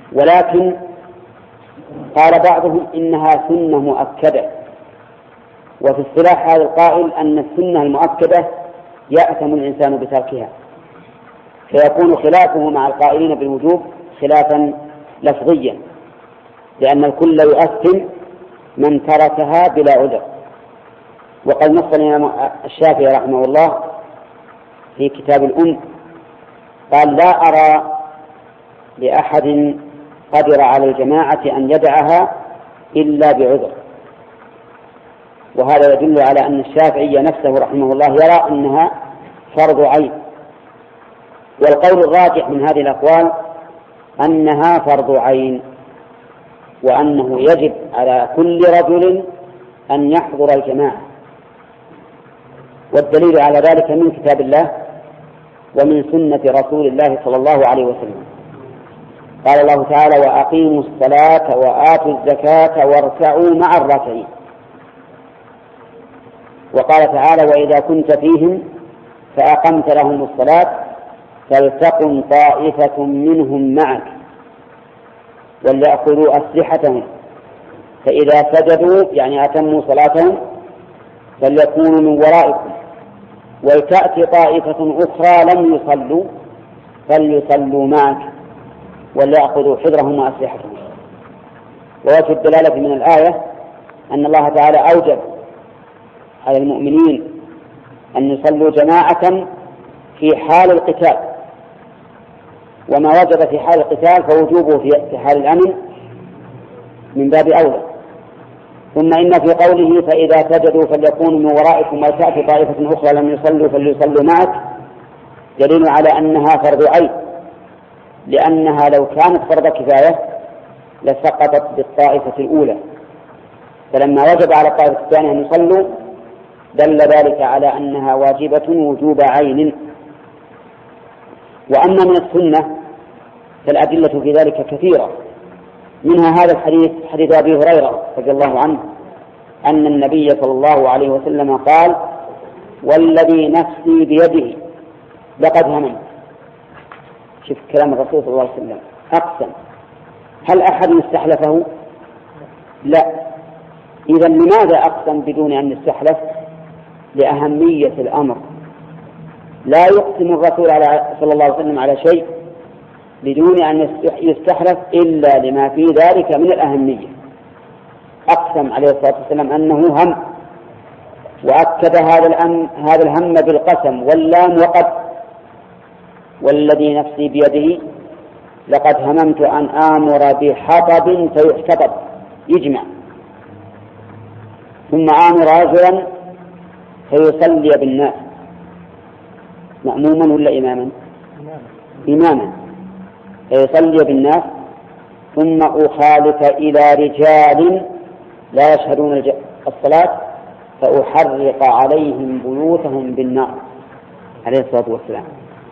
ولكن قال بعضهم إنها سنة مؤكدة، وفي اصطلاح هذا القائل أن السنة المؤكدة يأثم الإنسان بتركها، فيكون خلافه مع القائلين بالوجوب خلافا لفظيا، لأن الكل يؤثم من تركها بلا عذر. وقد نص الإمام الشافعي رحمه الله في كتاب الأم قال: لا أرى لأحد قدر على الجماعة أن يدعها إلا بعذر. وهذا يدل على أن الشافعي نفسه رحمه الله يرى أنها فرض عين. والقول الراجح من هذه الأقوال أنها فرض عين، وأنه يجب على كل رجل أن يحضر الجماعة. والدليل على ذلك من كتاب الله ومن سنة رسول الله صلى الله عليه وسلم. قال الله تعالى: وأقيموا الصلاة وآتوا الزكاة واركعوا مع الراكعين. وقال تعالى: وإذا كنت فيهم فأقمت لهم الصلاة فلتقم طائفة منهم معك وليأخذوا أسلحتهم فإذا سجدوا يعني أتموا صلاتهم فليكونوا من ورائكم ولتأتي طائفة أخرى لم يصلوا فليصلوا معك وليأخذوا حذرهم وأسلحتهم. ووجه الدلالة من الآية أن الله تعالى أوجب على المؤمنين أن يصلوا جماعة في حال القتال، وما وجب في حال القتال فوجوبه في حال الأمن من باب أولى. ثم إن في قوله فإذا سجدوا فليكونوا من ورائكم ولتأتي طائفة أخرى لم يصلوا فليصلوا معك دليل على أنها فرض عين، لأنها لو كانت فرض كفاية لسقطت بالطائفة الأولى، فلما وجب على الطائفة الثانية أن يصلوا دل ذلك على أنها واجبة وجوب عين. وأما من السنة فالأدلة في ذلك كثيرة، منها هذا الحديث حديث أبي هريرة رضي الله عنه أن النبي صلى الله عليه وسلم قال: والذي نفسي بيده لقد هممت. شوف كلام الرسول صلى الله عليه وسلم، أقسم. هل أحد استحلفه؟ لا. إذا لماذا أقسم بدون أن يستحلف؟ لأهمية الأمر. لا يقسم الرسول صلى الله عليه وسلم على شيء بدون أن يستحلف إلا لما في ذلك من الأهمية. أقسم عليه الصلاة والسلام أنه هم، وأكد هذا الهم بالقسم واللام وقد. والذي نفسي بيده لقد هممت أن آمر بحطب فيحتطب يجمع، ثم آمر رجلا فيصلي بالناس مأموما ولا إماما؟ إماما فيصلي بالناس، ثم أخالف إلى رجال لا يشهدون الصلاة فأحرق عليهم بيوتهم بالنار عليه الصلاة والسلام.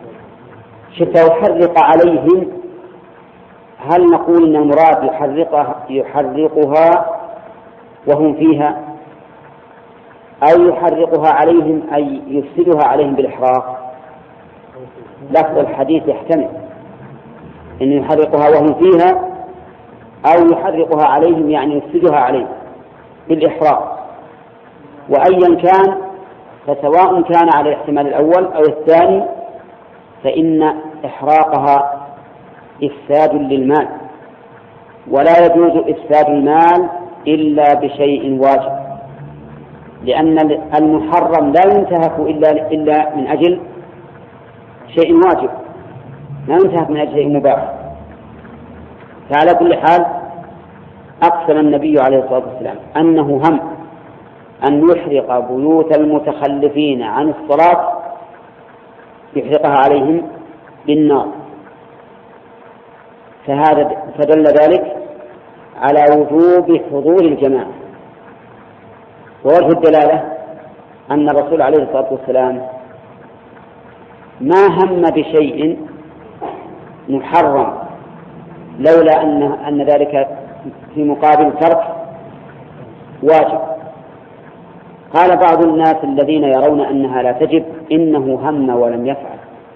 أحرق عليهم، هل نقول إن المراد يحرقها وهم فيها، أو يحرقها عليهم أي يفسدها عليهم بالإحراق؟ لفظ الحديث يحتمل أن يحرقها وهم فيها، أو يحرقها عليهم يعني يفسدها عليهم بالإحراق. وأيا كان فسواء كان على الاحتمال الأول أو الثاني فإن إحراقها إفساد للمال، ولا يجوز إفساد المال إلا بشيء واجب، لأن المحرم لا ينتهك إلا من أجل شيء واجب، لا ينتهك من أجل شيء مباح. فعلى كل حال أقسم النبي عليه الصلاة والسلام أنه هم أن يحرق بيوت المتخلفين عن الصلاة، يحرقها عليهم بالنار. فدل ذلك على وجوب حضور الجماعة. ووجه الدلالة أن الرسول عليه الصلاة والسلام ما هم بشيء محرم لولا أن ذلك في مقابل ترك واجب. قال بعض الناس الذين يرون أنها لا تجب إنه هم ولم يفعل.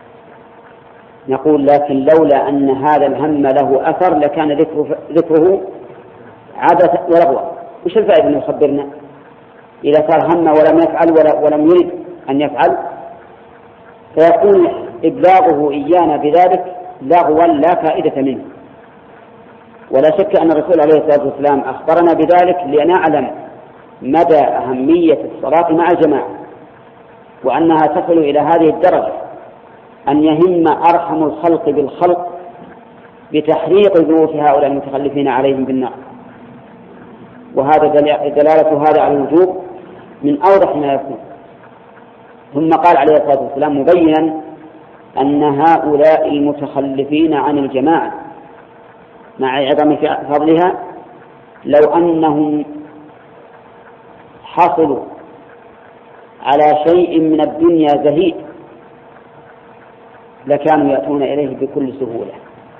نقول لكن لولا أن هذا الهم له أثر لكان ذكره عبث ولغوا. وش الفائدة أن يخبرنا؟ إذا صار هم ولم يفعل ولم يرد أن يفعل، فيكون إبلاغه إيانا بذلك لغوا لا فائدة منه. ولا شك أن الرسول عليه الصلاة والسلام أخبرنا بذلك لنعلم مدى أهمية الصلاة مع الجماعة، وأنها تصل إلى هذه الدرجة أن يهم أرحم الخلق بالخلق بتحريق ذنوب هؤلاء المتخلفين عليهم بالنار. وهذا دلالة هذا على الوجوب من أوضح ما يكون. ثم قال عليه الصلاة والسلام مبينا أن هؤلاء المتخلفين عن الجماعة مع عظم فضلها لو أنهم حصلوا على شيء من الدنيا زهيد لكانوا يأتون إليه بكل سهولة.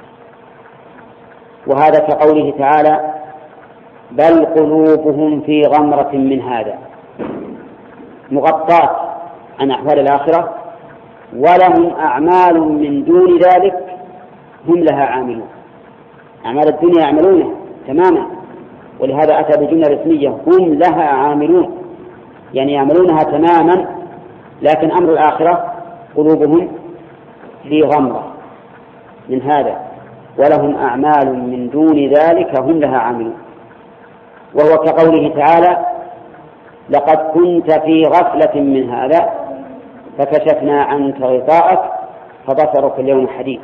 وهذا كقوله تعالى بل قلوبهم في غمرة من هذا، مغطاة عن أحوال الآخرة، ولهم أعمال من دون ذلك هم لها عاملون. أعمال الدنيا يعملونها تماما، ولهذا أتى بجملة رسمية هم لها عاملون، يعني يعملونها تماما، لكن أمر الآخرة قلوبهم في غمرة من هذا ولهم أعمال من دون ذلك هم لها عاملون. وهو كقوله تعالى لقد كنت في غفلة من هذا فكشفنا عنك غطاءك فبصرك اليوم حديد.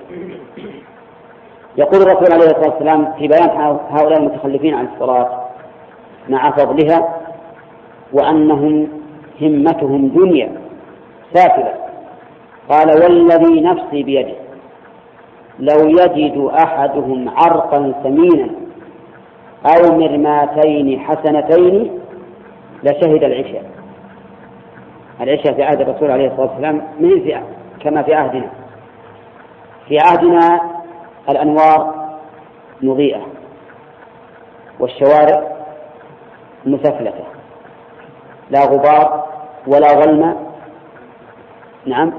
يقول الرسول عليه الصلاة والسلام في بيان هؤلاء المتخلفين عن الصلاة مع فضلها وأنهم همتهم دنيا سافلة، قال والذي نفسي بيده لو يجد أحدهم عرقا ثمينا أو مرماتين حسنتين لشهد العشاء. العشاء في عهد الرسول عليه الصلاة والسلام من كما في عهدنا. في عهدنا الأنوار مضيئة والشوارع مثفلتة لا غبار ولا ظلمة. نعم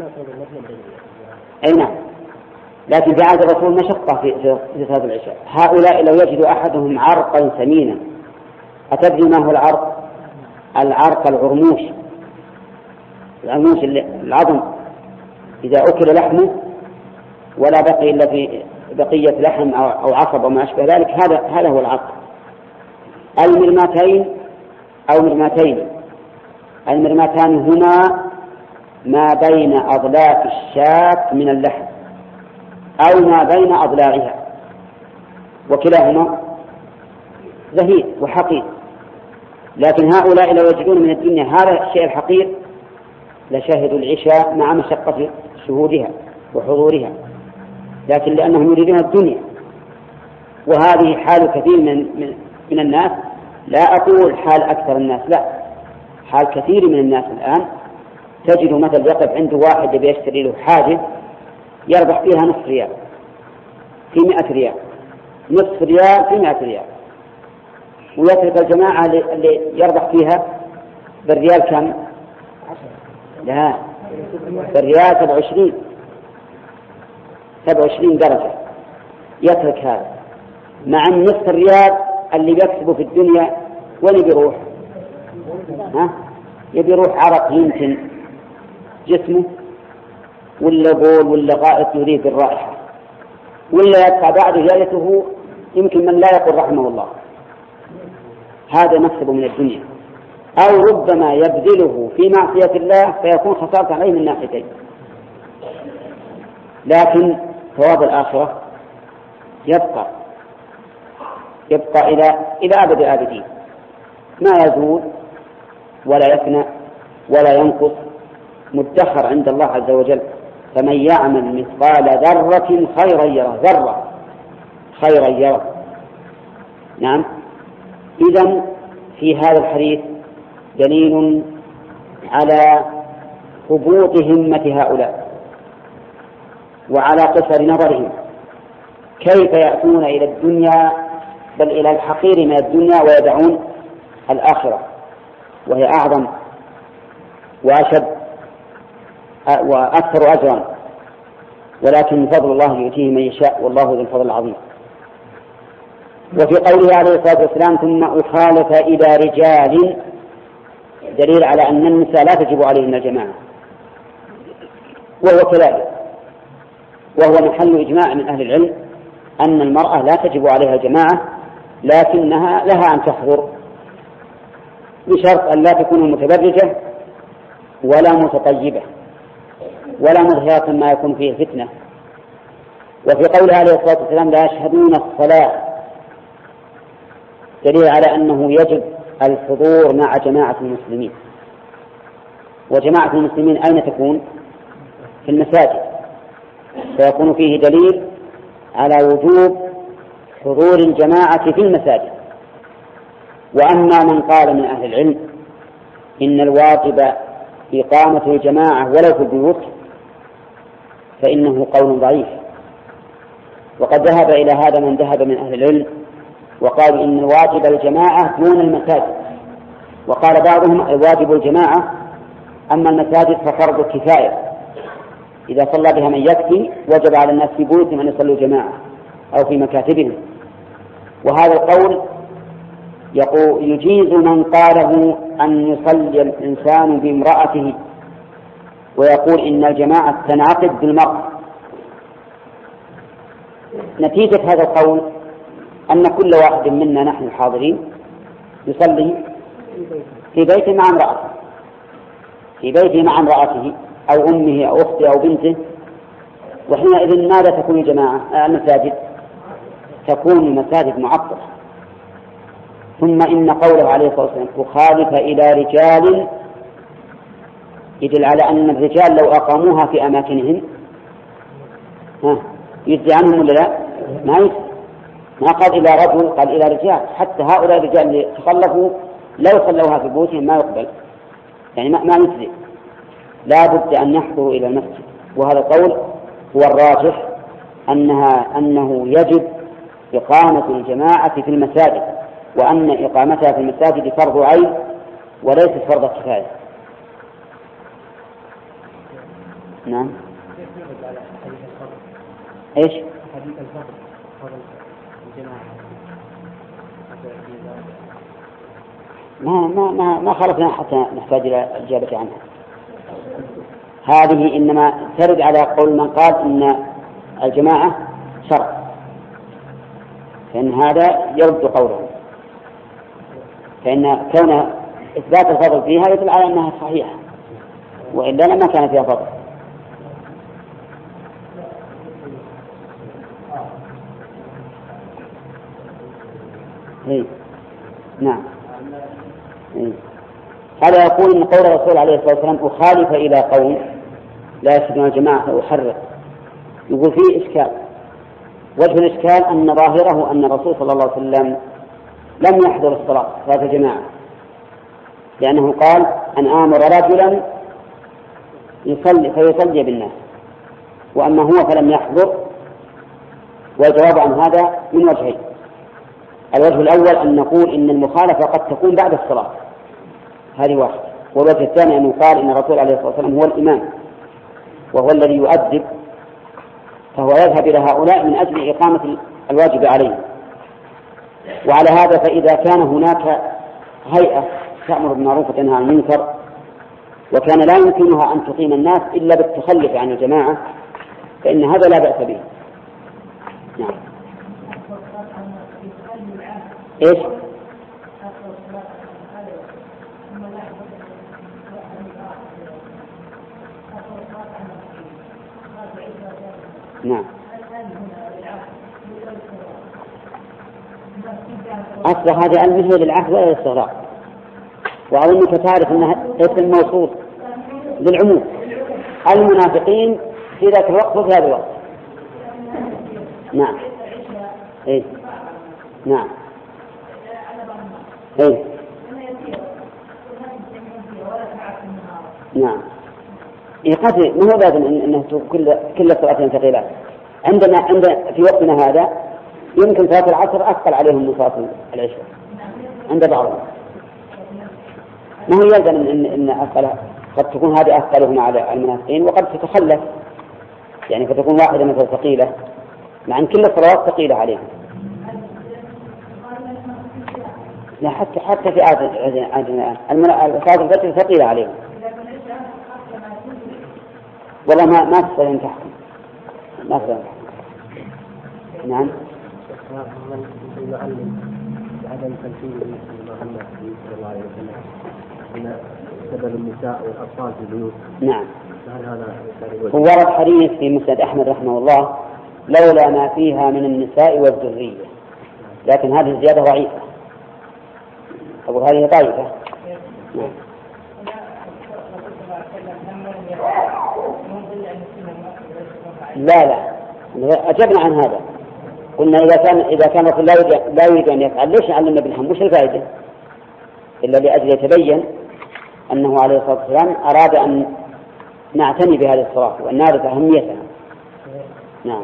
أي نعم، لكن في عهد الرسول مشقة في صلاة العشاء. هؤلاء لو يجد أحدهم عرقا ثمينا، أتدري ما هو العرق؟ العرق العرموش، العرموش العظم إذا أكل لحمه ولا بقي إلا في بقية لحم أو عصب أو ما أشبه ذلك، هذا هو العرق. المرماتين أو مرماتين، المرماتان هما ما بين أضلاع الشاة من اللحم أو ما بين أضلاعها، وكلاهما زهيد وحقير. لكن هؤلاء لو يجدون من الدنيا هذا الشيء الحقير لشاهدوا العشاء مع مشقة شهودها وحضورها، لكن لأنهم يريدون الدنيا. وهذه حال كثير من الناس، لا أقول حال أكثر الناس، لا، حال كثير من الناس الآن. تجد مثل يقف عنده واحد يشتري له حاجة يربح فيها نصف ريال في 100 ريال، نصف ريال في 100 ريال، ويترك الجماعة اللي يربح فيها بالريال كم؟ لا، بالريال 27 درجة، يترك هذا مع نصف الريال اللي بيكسبه في الدنيا. وين بيروح؟ يبي يروح عرق يمكن جسمه، ولا بول ولا غائط يريد الرائحة، ولا يدفع بعد جالته يمكن من لا يقول رحمه الله. هذا مكسب من الدنيا، أو ربما يبذله في معصية الله فيكون خسارة عليه من ناحيتين. لكن ثواب الآخرة يبقى إلى أبد الآبدين، ما يزول ولا يفنى ولا ينقص، مدخر عند الله عز وجل. فمن يعمل مثقال ذرة خيرا يره، ذرة خيرا يره. نعم. إذن في هذا الحديث دليل على هبوط همة هؤلاء وعلى قصر نظرهم، كيف يأتون إلى الدنيا بل إلى الحقير من الدنيا ويدعون الآخرة وهي أعظم وأشد وأكثر أجرا، ولكن فضل الله يؤتيه من يشاء والله ذو الفضل العظيم. وفي قوله عليه الصلاة والسلام ثم أخالف إلى رجال دليل على أن النساء لا تجب عليهن الجماعة، وهو كذلك، وهو محل إجماع من أهل العلم أن المرأة لا تجب عليها الجماعة، لكنها لها أن تحضر بشرط أن لا تكون متبرجة ولا متطيبة ولا مظهرة ما يكون فيه فتنة. وفي قوله عليه الصلاة والسلام لا يشهدون الصلاة دليل على أنه يجب الحضور مع جماعة المسلمين. وجماعة المسلمين أين تكون؟ في المساجد، فيكون فيه دليل على وجوب حضور الجماعة في المساجد. وأما من قال من أهل العلم إن الواجب إقامة الجماعة ولو في البيوت فإنه قول ضعيف، وقد ذهب إلى هذا من ذهب من أهل العلم وقال إن الواجب الجماعة دون المساجد، وقال بعضهم الواجب الجماعة، أما المساجد ففرض الكفاية، إذا صلى بها من يكفي وجب على الناس في بيوتهم أن يصلوا جماعة أو في مكاتبهم. وهذا القول يجيز من قاله أن يصلي الإنسان بامرأته ويقول إن الجماعة تنعقد بالمرأة. نتيجة هذا القول أن كل واحد منا نحن الحاضرين يصلي في بيته مع امرأته، في بيته مع امرأته أو أمه أو أخته أو بنته، وحينئذ ماذا تكون الجماعة؟ المساجد تكون المساجد معطلة. ثم إن قوله عليه الصلاة والسلام أخالف إلى رجال يدل على أن الرجال لو أقاموها في أماكنهم يجزي عنهم ولا لا؟ ما قال إلى رجل، قال إلى رجال. حتى هؤلاء الرجال اللي تخلفوا لو صلوها في بيوتهم ما يقبل، يعني ما يجزي، لا بد أن يحضروا إلى المسجد. وهذا القول هو الراجح، أنه يجب إقامة الجماعة في المساجد، وأن إقامتها في المساجد فرض عين وليست فرض كفاية. نعم. إيش؟ ما خلفنا حتى نحتاج إلى الإجابة عنها. هذه إنما ترد على قول من قال إن الجماعة شرط، فإن هذا يرد قوله، فإن كون إثبات الفضل فيها يدل على أنها صحيحة، وإلا لما كان فيها فضل. نعم. هذا يقول إن قول الرسول عليه الصلاة والسلام أخالف إلى قوم لا يشهدون الجماعة أحرق، يقول فيه إشكال. وجه الإشكال أن ظاهره أن الرسول صلى الله عليه وسلم لم يحضر الصلاة صلاة الجماعة، لأنه قال أن آمر رجلا فيصلي بالناس، وأما هو فلم يحضر. والجواب عن هذا من وجهين: الوجه الأول أن نقول إن المخالفة قد تكون بعد الصلاة، هذه واحد. والوجه الثاني أنه قال إن الرسول عليه الصلاة والسلام هو الإمام وهو الذي يؤدب، فهو يذهب إلى هؤلاء من أجل إقامة الواجب عليه. وعلى هذا فإذا كان هناك هيئة تأمر بالمعروف وتنهى عن المنكر وكان لا يمكنها أن تقيم الناس إلا بالتخلف عن الجماعة فإن هذا لا بأس به. نعم. إيش؟ نعم. أصل هذا المثل للعهد ولا للصغراء، وأظنك تعرف أنها اسم موصول للعموم، المنافقين في ذاك الوقت وفي هذا الوقت. نعم. إيه؟ نعم. إيه؟ نعم. قد ما هو لازم أنه كل الصلاتين ثقيلات. عندنا في وقتنا هذا يمكن صلاة العصر أثقل عليهم من صلاة العشاء عند بعضهم. ما هو يلزم إن أثقل، قد تكون هذه أثقلهم على المنافقين وقد تتخلف، يعني فتكون واحدة مثل ثقيلة، مع أن كل الصلوات ثقيلة عليهم. لا حتى في عادنا صلاة الفجر ثقيلة عليهم. والله ما تستطيع أن تحكم، ما تستطيع. نعم. من يعلم بعدم تنفيذ محمد صلى الله عليه وسلم من سبب النساء والأطفال في البيوت. نعم. فهل هذا ورد حديث في مسند أحمد رحمه الله لولا ما فيها من النساء والذرية، لكن هذه الزيادة ضعيفة، أقول هذه ضعيفة. نعم. لا أجبنا عن هذا، قلنا إذا كان الرسول لا يريد أن يفعل ليش علمنا بالهم؟ وش الفائدة؟ إلا لأجل يتبين أنه عليه الصلاة والسلام أراد أن نعتني بهذه الصلاة وأن نعرف أهميتها. نعم.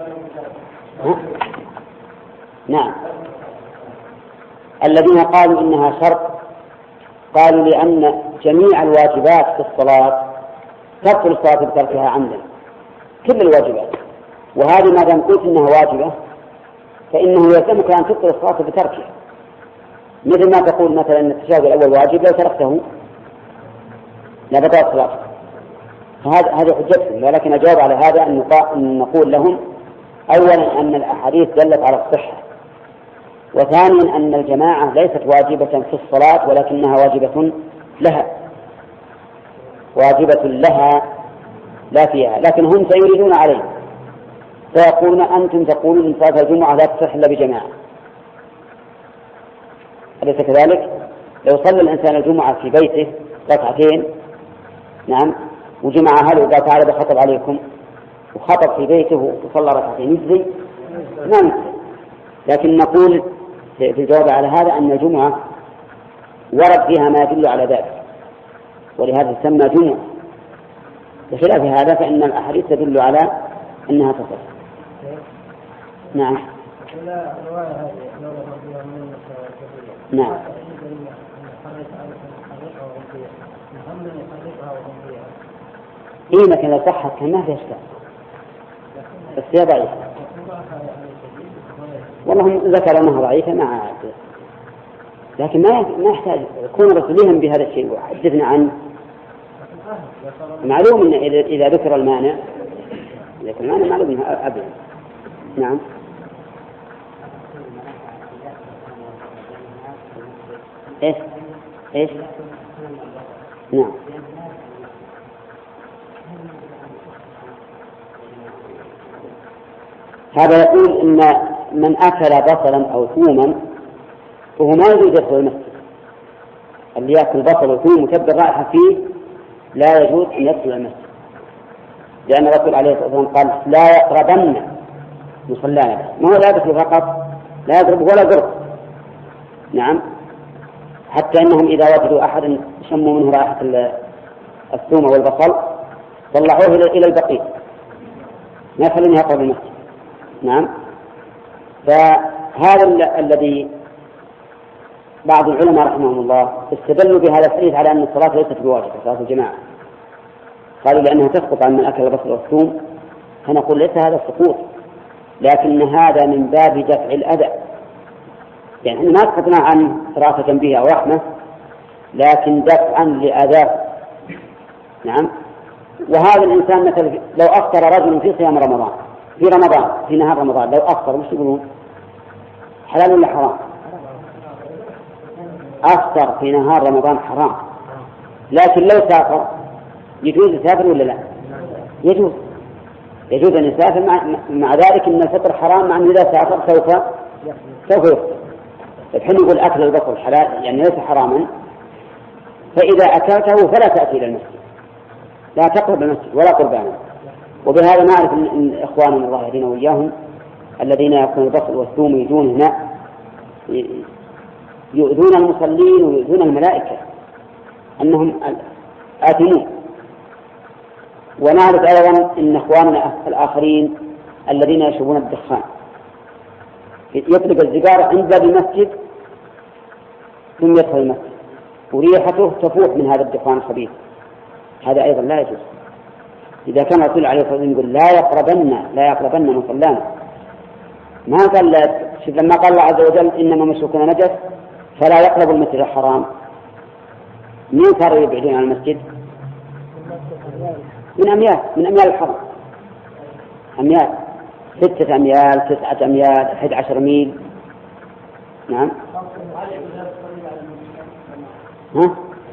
نعم. الذين قالوا إنها شرط قالوا لأن جميع الواجبات في الصلاة تبطل الصلاة بتركها عمدا، كل الواجبات، وهذه ما دام قلت إنها واجبة فإنه يلزمك أن تبطل الصلاة بتركها، مثل ما تقول مثلا أن التشهد الأول واجب لو تركته لا بطلت الصلاة. هذه حجتهم، ولكن أجاب على هذا أن نقول لهم أولا أن الأحاديث دلت على الصحة، وثانيا أن الجماعة ليست واجبة في الصلاة ولكنها واجبة لها، واجبة لها لا فيها، لكن هم سيريدون عليه فيقولون أنتم تقولون إن صلاة الجمعة لا تصح إلا بجماعة، أليس كذلك؟ لو صلى الإنسان الجمعة في بيته ركعتين نعم وجمع أهله وقال تعالى بخطب عليكم وخطب في بيته وصلى ركعتين يجزي؟ نعم. لكن نقول في الجواب على هذا أن الجمعة ورد فيها ما يدل على ذلك، ولهذا تسمى جمعة. بخلاف هذا فإن الأحاديث تدل على أنها تصح. نعم. نعم. إيه لكن لو صحت كان ما في إشكال، بس هي ضعيفة. والله ذكر أنها ضعيفة ما عاد، لكن ما يحتاج يكون رسولهم بهذا الشيء وحدثنا عنه. معلوم إن إذا ذكر المانع معلوم إنها أبدا. نعم. إيش؟ نعم. هذا يقول إن من أكل بصلا أو ثوما فهو ما يجوز يدخل المسجد. اللي يأكل بصل وثوم وتبدأ الرائحة فيه لا يجوز أن يدخل المسجد، لأن الرسول عليه الصلاة والسلام قال لا يقربن مصلانا، ما هو لا يدخل فقط، لا يقرب ولا قرب. نعم. حتى أنهم إذا وجدوا أحد شموا منه رائحة الثوم والبصل طلعوه إلى البقيع، ما يخلونه يقرب المسجد. نعم. فهذا الذي بعض العلماء رحمهم الله استدلوا بهذا الحديث على أن الصلاة ليست بواجبة، صلاة الجماعة، قالوا لأنها تسقط عن من أكل البصل والثوم، فنقول ليس هذا السقوط، لكن هذا من باب دفع الأذى، يعني ما سقطنا عن رأفة به أو رحمة، لكن دفعا لأذى. نعم. وهذا الإنسان مثلا لو أفطر رجل في صيام رمضان في نهار رمضان لو أفطر وش يقولون؟ حلال ولا حرام؟ أفطر في نهار رمضان حرام، لكن لو سافر يجوز يسافر ولا لا؟ يجوز أن يسافر، مع ذلك أن الفطر حرام، مع أن إذا سافر سوف يفطر. الحين يقول أكل البصل حلال يعني ليس حراما، فإذا أكلته فلا تأتي إلى المسجد، لا تقرب المسجد ولا قربانا. وبهذا نعرف أن إخواننا الله يهدينا وإياهم الذين يأكلون البصل والثوم يجون هنا يؤذون المصلين ويؤذون الملائكة أنهم آثمون. ونعرف أيضا أن إخواننا الآخرين الذين يشربون الدخان يطلق السيجارة عند باب المسجد ثم يدخل المسجد وريحته تفوح من هذا الدخان الخبيث، هذا أيضا لا يجوز. إذا كان الرسول عليه الصلاة والسلام يقول لا يقربن مصلانا، ما قال شوف لما قال الله عز وجل إنما مشركون نجس فلا يقرب المسجد الحرام. مين صاروا يبعدون عن المسجد؟ من أميال الحرم، أميال 6 أميال 9 أميال 11 ميل. نعم. ها؟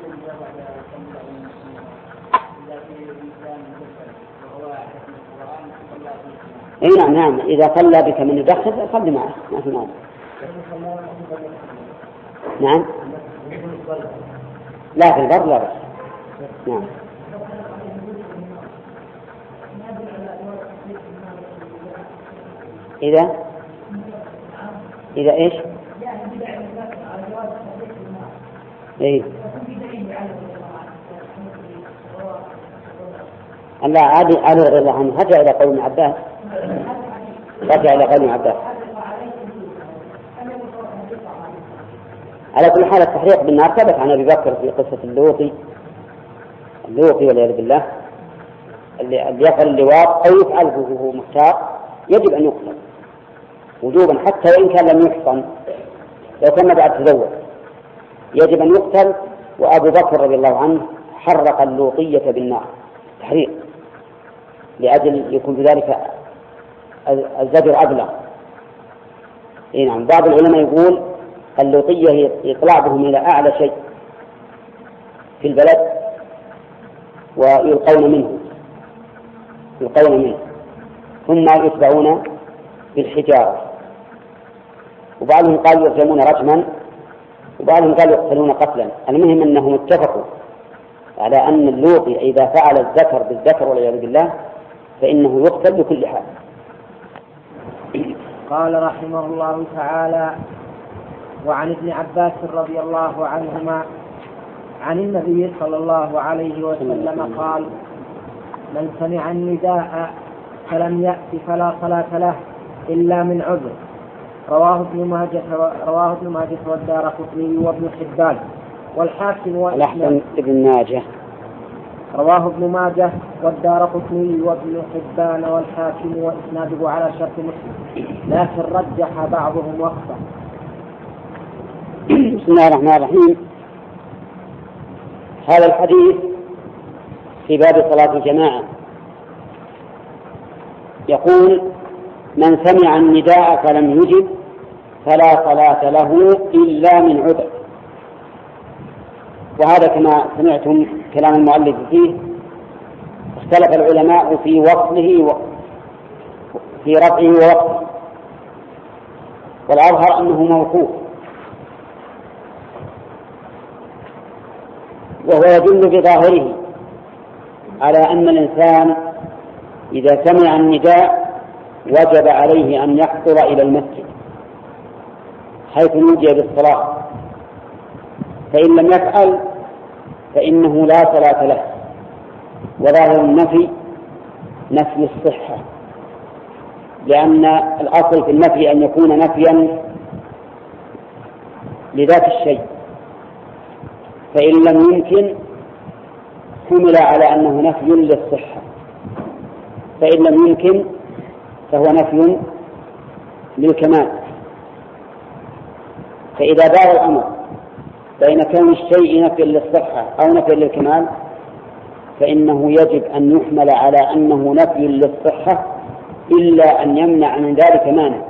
اي نعم إذا صلى بك من يدخل صلي معه ما في مانع. نعم. لا في البر لا بس. نعم. إذا إيش؟ إيه. الله علي رضي الله عنه رجع إلى قول عباس. على كل حال التحريق بالنار ثبت عن أبي بكر في قصة اللوطي والعياذ بالله، اللي يفعل اللواط أو يفعله وهو مختار يجب أن يقتل وجوبا، حتى وإن كان لم يحصن، لو كان بعد تزوج يجب أن يقتل. وأبو بكر رضي الله عنه حرق اللوطية بالنار تحريق لأجل يكون بذلك الزجر أبلغ. نعم. بعض العلماء يقول اللوطية هي إطلاع بهم إلى أعلى شيء في البلد ويلقون منه ثم يتبعون بالحجارة، وبعضهم قال يرجمون رجما، وبعضهم قال يقتلون قتلا. المهم أنهم اتفقوا على أن اللوطي إذا فعل الذكر بالذكر والعياذ بالله فإنه يقتل بكل حال. قال رحمه الله تعالى: وعن ابن عباس رضي الله عنهما عن النبي صلى الله عليه وسلم قال: من سمع النداء فلم يأت فلا صلاة له إلا من عذر. رواه ابن ماجه والدارقطني وابن حبان والحاكم وإسناده. رواه ابن ماجه والدارقطني وابن حبان والحاكم وإسناده على شرط مسلم، لكن رجح بعضهم وقفه. بسم الله الرحمن الرحيم. هذا الحديث في باب صلاة الجماعة يقول: من سمع النداء فلم يجب فلا صلاة له إلا من عذر. وهذا كما سمعتم كلام المؤلف فيه، اختلف العلماء في وصله في رفعه ووقفه، والأظهر أنه موقوف، وهو يدل بظاهره على أن الإنسان إذا سمع النداء وجب عليه أن يحضر إلى المسجد حيث نودي بالصلاة، فإن لم يفعل فإنه لا صلاة له. وظاهر النفي نفي الصحة، لأن الأصل في النفي أن يكون نفيا لذات الشيء، فإن لم يمكن حمل على أنه نفي للصحة، فإن لم يمكن فهو نفي للكمال. فإذا دار الأمر بين كون الشيء نفي للصحة أو نفي للكمال فإنه يجب أن يحمل على أنه نفي للصحة إلا أن يمنع من ذلك مانع.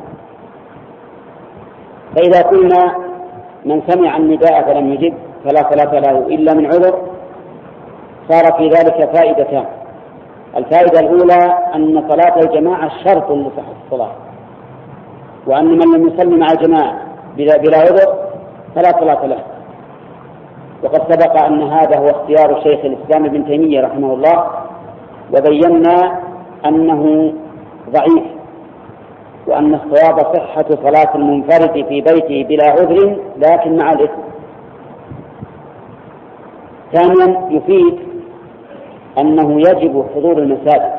فإذا قلنا من سمع النداء فلم يجب فلا صلاة له إلا من عذر، صار في ذلك فائدتان. الفائدة الأولى أن صلاة الجماعة شرط لصحة الصلاة، وأن من لم يصلي مع الجماعة بلا عذر فلا صلاة له. وقد سبق أن هذا هو اختيار شيخ الإسلام ابن تيمية رحمه الله، وبينا أنه ضعيف، وأن الصواب صحة صلاة المنفرد في بيته بلا عذر لكن مع الإثم. ثانيا يفيد أنه يجب حضور المساجد،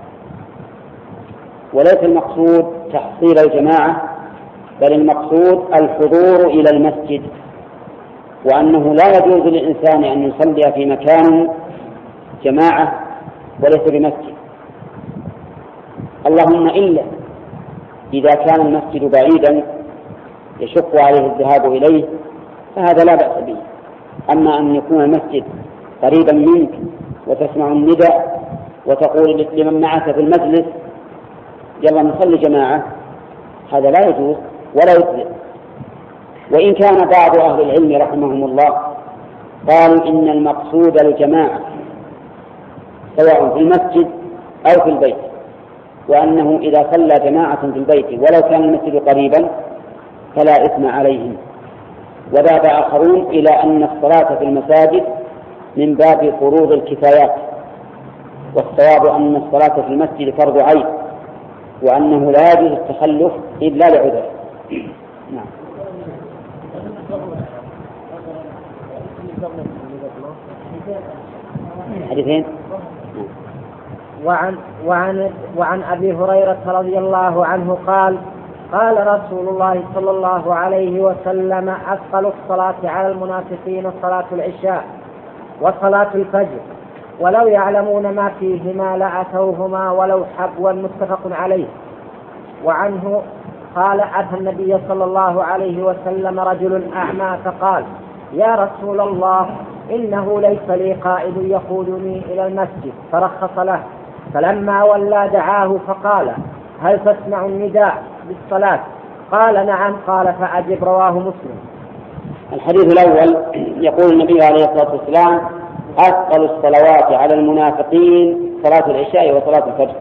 وليس المقصود تحصيل الجماعة، بل المقصود الحضور إلى المسجد، وأنه لا يجوز للإنسان أن يصلي في مكان جماعة وليس بمسجد، اللهم إلا إذا كان المسجد بعيدا يشق عليه الذهاب إليه فهذا لا بأس به. أما أن يكون المسجد قريبا منك وتسمع النداء وتقول لمن معك في المجلس يلا نصلي جماعة، هذا لا يجوز ولا يجزئ. وإن كان بعض أهل العلم رحمهم الله قالوا إن المقصود الجماعة سواء في المسجد أو في البيت، وأنه إذا صلى جماعة في البيت ولو كان المسجد قريبا فلا إثم عليهم. وذهب آخرون إلى أن الصلاة في المساجد من باب فروض الكفايات، والصواب أن الصلاة في المسجد فرض عين، وأنه لا يجوز التخلف إلا لعذر. نعم. حديثين. وعن أبي هريرة رضي الله عنه قال قال رسول الله صلى الله عليه وسلم أثقل الصلاة على المنافقين صلاة العشاء وصلاة الفجر ولو يعلمون ما فيهما لأتوهما ولو حبوا، متفق عليه. وعنه قال أتى النبي صلى الله عليه وسلم رجل أعمى فقال يا رسول الله إنه ليس لي قائد يقودني إلى المسجد، فرخص له. فلما ولى دعاه فقال هل تسمع النداء بالصلاة؟ قال نعم. قال فأجب. رواه مسلم. الحديث الأول يقول النبي عليه الصلاة والسلام أثقل الصلوات على المنافقين صلاة العشاء وصلاة الفجر.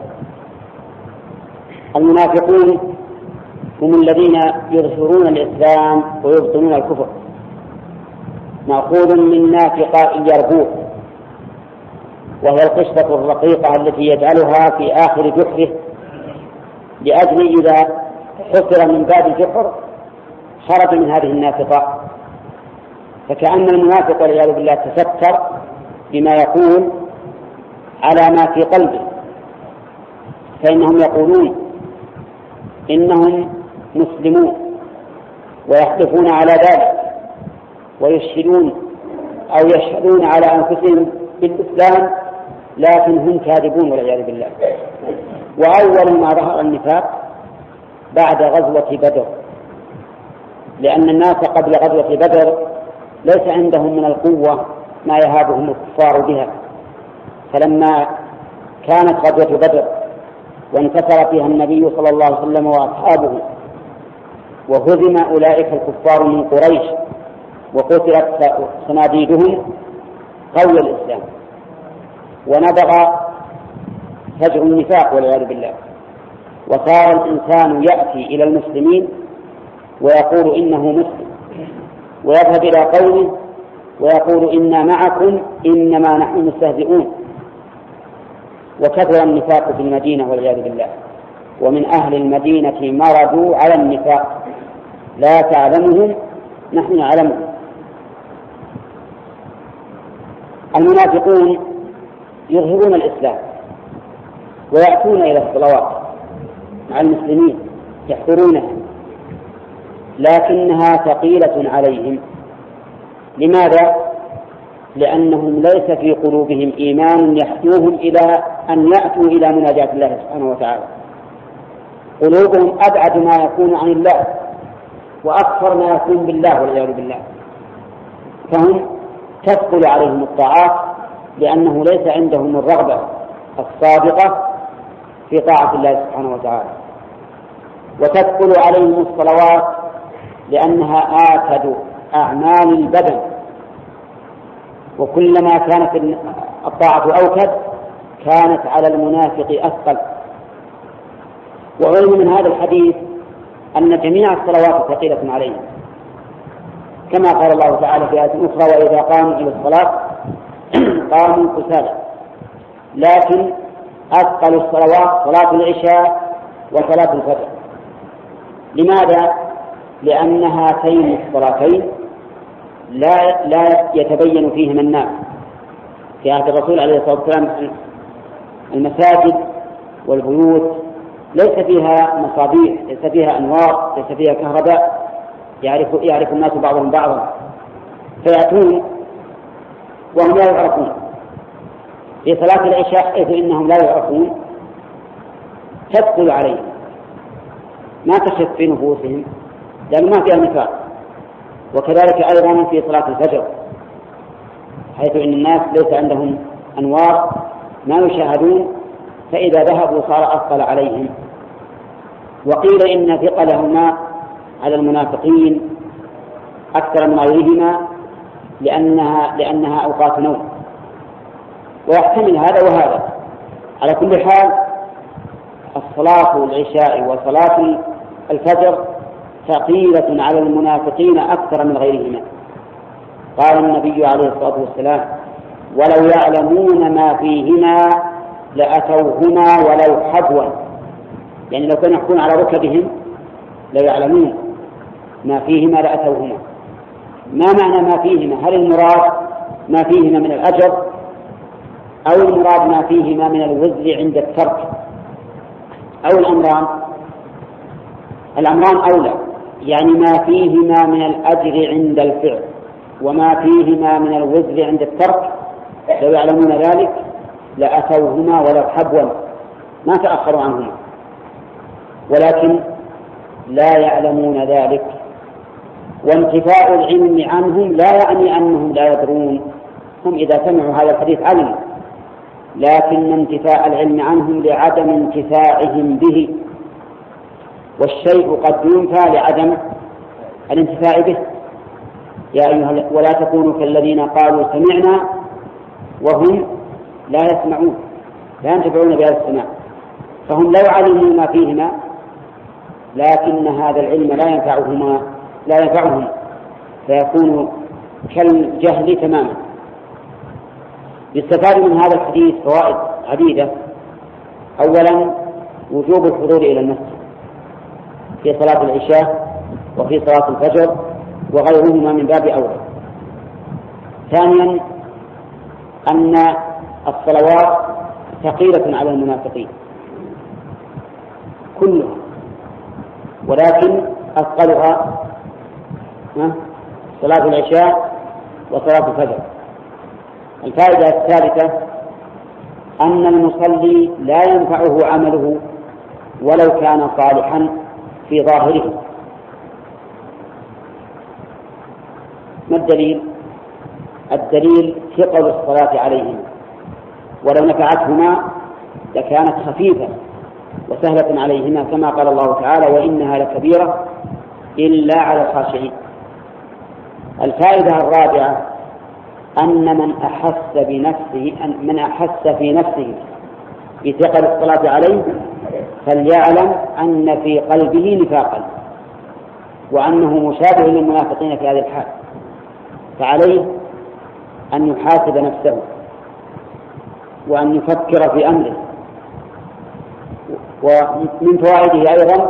المنافقون هم الذين يظهرون الإسلام ويبطنون الكفر، مأخوذ من نافق اليربوع، وهي القشرة الرقيقة التي يجعلها في آخر جحره لأجل إذا حفر من باب الجحر خرج من هذه النافقة. فكأن المنافق والعياذ بالله تستر بما يقول على ما في قلبه، فإنهم يقولون إنهم مسلمون ويحلفون على ذلك ويشهدون أو يشهدون على أنفسهم بالإسلام، لكن هم كاذبون والعياذ بالله. وأول ما ظهر النفاق بعد غزوة بدر، لأن الناس قبل غزوة بدر ليس عندهم من القوة ما يهابهم الكفار بها، فلما كانت غزوة بدر وانتصر فيها النبي صلى الله عليه وسلم وأصحابه وهزم أولئك الكفار من قريش وقتلت صناديدهم، قوي الإسلام ونبغ فجر النفاق والعياذ بالله، وصار الإنسان يأتي إلى المسلمين ويقول إنه مسلم، ويذهب إلى قومه ويقول إنا معكم إنما نحن مستهزئون. وكثر النفاق في المدينة والعياذ بالله، ومن أهل المدينة مرضوا على النفاق لا تعلمهم نحن نعلمهم. المنافقون يظهرون الإسلام ويأتون إلى الصلوات مع المسلمين يحضرونها، لكنها ثقيلة عليهم. لماذا؟ لأنهم ليس في قلوبهم إيمان يحثوهم إلى أن يأتوا إلى مناجاة الله سبحانه وتعالى. قلوبهم أبعد ما يكون عن الله وأكثر ما يكون بالله والعياذ بالله، فهم تثقل عليهم الطاعات لأنه ليس عندهم الرغبة الصادقة في طاعة الله سبحانه وتعالى. وتثقل عليهم الصلوات لأنها آكد أعمال البدن، وكلما كانت الطاعة أوكد كانت على المنافق أثقل. وعلم من هذا الحديث أن جميع الصلوات ثقيلة عليهم، كما قال الله تعالى في آية أخرى وإذا قاموا إلى الصلاة قاموا كسالى. لكن أثقل الصلوات صلاة العشاء وصلاة الفجر. لماذا؟ لأن هاتين الصلاتين لا يتبين فيهما الناس. في عهد الرسول عليه الصلاة والسلام المساجد والبيوت ليس فيها مصابيح، ليس فيها أنوار، ليس فيها كهرباء يعرف الناس بعضهم بعضا، فيأتون وهم لا يعرفون. في صلاة العشاء حيث إنهم لا يعرفون تثقل عليهم، ما تخف في نفوسهم لأنه ما فيها نفاق، وكذلك أيضا في صلاة الفجر، حيث إن الناس ليس عندهم أنوار ما يشاهدون، فإذا ذهبوا صار أثقل عليهم. وقيل إن ثقلهما على المنافقين أكثر من غيرهما لأنها أوقات نوم، ويحتمل هذا وهذا. على كل حال الصلاة العشاء وصلاة الفجر ثقيلة على المنافقين أكثر من غيرهما. قال النبي عليه الصلاة والسلام: ولو يعلمون ما فيهما لأتوهما ولو حبوا. يعني لو كانوا يحكون على ركبهم لو يعلمون ما فيهما لأتوهما. ما معنى ما فيهما؟ هل المراد ما فيهما من الأجر، أو المراد ما فيهما من الوزر عند الترك، أو الأمران أولى، يعني ما فيهما من الأجر عند الفعل وما فيهما من الوزر عند الترك لو يعلمون ذلك لأتوهما ولو حبوا، ما تأخروا عنهما، ولكن لا يعلمون ذلك. وانتفاء العلم عنهم لا يعني أنهم لا يدرون، هم إذا سمعوا هذا الحديث علموا، لكن انتفاء العلم عنهم لعدم انتفاعهم به، والشيء قد ينفى لعدم الانتفاع به. يا أيها ولا تكونوا كالذين قالوا سمعنا وهم لا يسمعون، لا ينتفعون بهذا السماع. فهم لو علموا ما فيهما لكن هذا العلم لا ينفعهم، فيكون كالجهل تماما. يستفاد من هذا الحديث فوائد عديدة. أولا وجوب الحضور إلى المسجد في صلاة العشاء وفي صلاة الفجر وغيرهما من باب أولى. ثانيا أن الصلوات ثقيلة على المنافقين كلها، ولكن أثقلها صلاة العشاء وصلاة الفجر. الفائدة الثالثة أن المصلي لا ينفعه عمله ولو كان صالحا في ظاهره. ما الدليل؟ الدليل ثقل الصلاة عليهم، ولو نفعتهما لكانت خفيفة وسهلة عليهما، كما قال الله تعالى: وإنها لكبيرة إلا على الخاشعين. الفائدة الرابعة أن من أحس في نفسه بثقل الصلاة عليه فليعلم أن في قلبه نفاقا، وأنه مشابه للمنافقين في هذه الحال، فعليه أن يحاسب نفسه وأن يفكر في أمره. ومن فوائده أيضا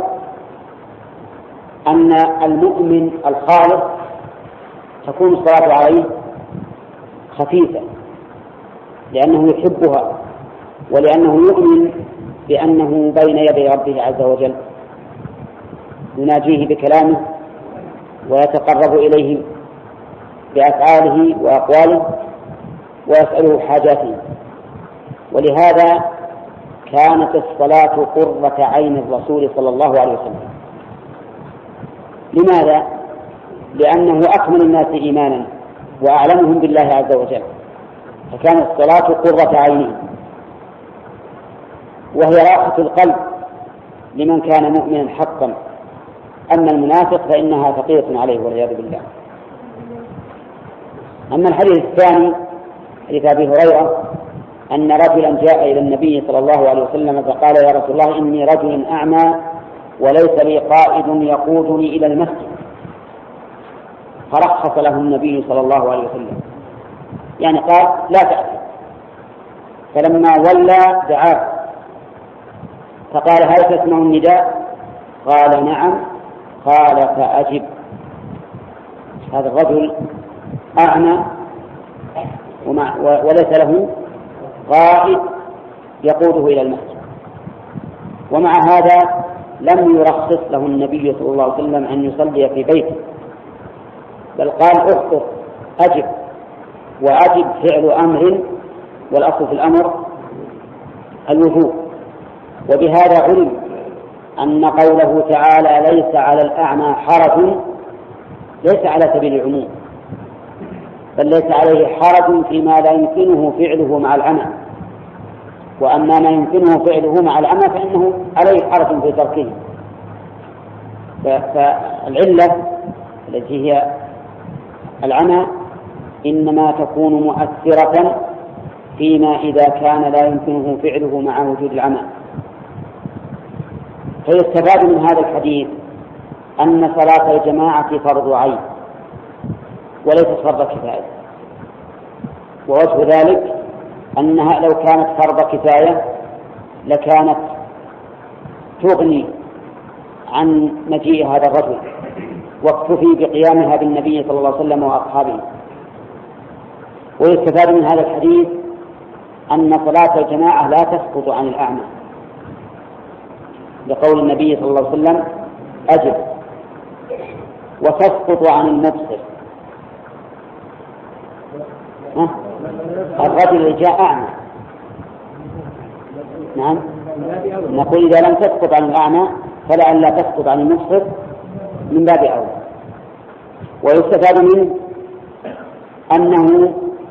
أن المؤمن الخالص تكون الصلاة عليه خفيفة لأنه يحبها، ولأنه يؤمن بأنه بين يدي ربه عز وجل يناجيه بكلامه ويتقرب إليه بأفعاله وأقواله ويسأله حاجاته. ولهذا كانت الصلاة قرة عين الرسول صلى الله عليه وسلم. لماذا؟ لأنه أكمل الناس إيمانا وأعلمهم بالله عز وجل، فكانت الصلاة قرة عينه، وهي راحة القلب لمن كان مؤمنا حقا. أما المنافق فإنها ثقيلة عليه والعياذ بالله. أما الحديث الثاني حديث أبي هريرة أن رجلا جاء إلى النبي صلى الله عليه وسلم فقال: يا رسول الله إني رجل أعمى وليس لي قائد يقودني إلى المسجد. فرخص له النبي صلى الله عليه وسلم، يعني قال: لا تأتي. فلما ولى دعاه فقال: هل تسمع النداء؟ قال: نعم. قال: فأجب. هذا الرجل أعمى وليس له قائد يقوده إلى المسجد، ومع هذا لم يرخص له النبي صلى الله عليه وسلم أن يصلي في بيته، بل قال: اخطر أجب. وأجب فعل أمر، والأصل في الأمر الوجوب. وبهذا علم أن قوله تعالى: ليس على الأعمى حرج ليس على سبيل العموم، بل ليس عليه حرج فيما لا يمكنه فعله مع العمى، وأما ما يمكنه فعله مع العمى فإنه عليه حرج في تركه. فالعلة التي هي العمى إنما تكون مؤثرة فيما إذا كان لا يمكنه فعله مع وجود العمى. فيستفاد من هذا الحديث أن صلاة الجماعة فرض عين وليست فرض كفاية، ووجه ذلك أنها لو كانت فرض كفاية لكانت تغني عن مجيء هذا الرجل واكتفي بقيامها بالنبي صلى الله عليه وسلم وأصحابه. ويستفاد من هذا الحديث أن صلاة الجماعة لا تسقط عن الأعمى، لقول النبي صلى الله عليه وسلم أجب، وتسقط عن المبصر. الرجل اللي جاء أعمى، نعم، نقول إذا لم تسقط عن الأعمى فلعل تسقط عن المبصر من باب أولى. ويستفاد منه أنه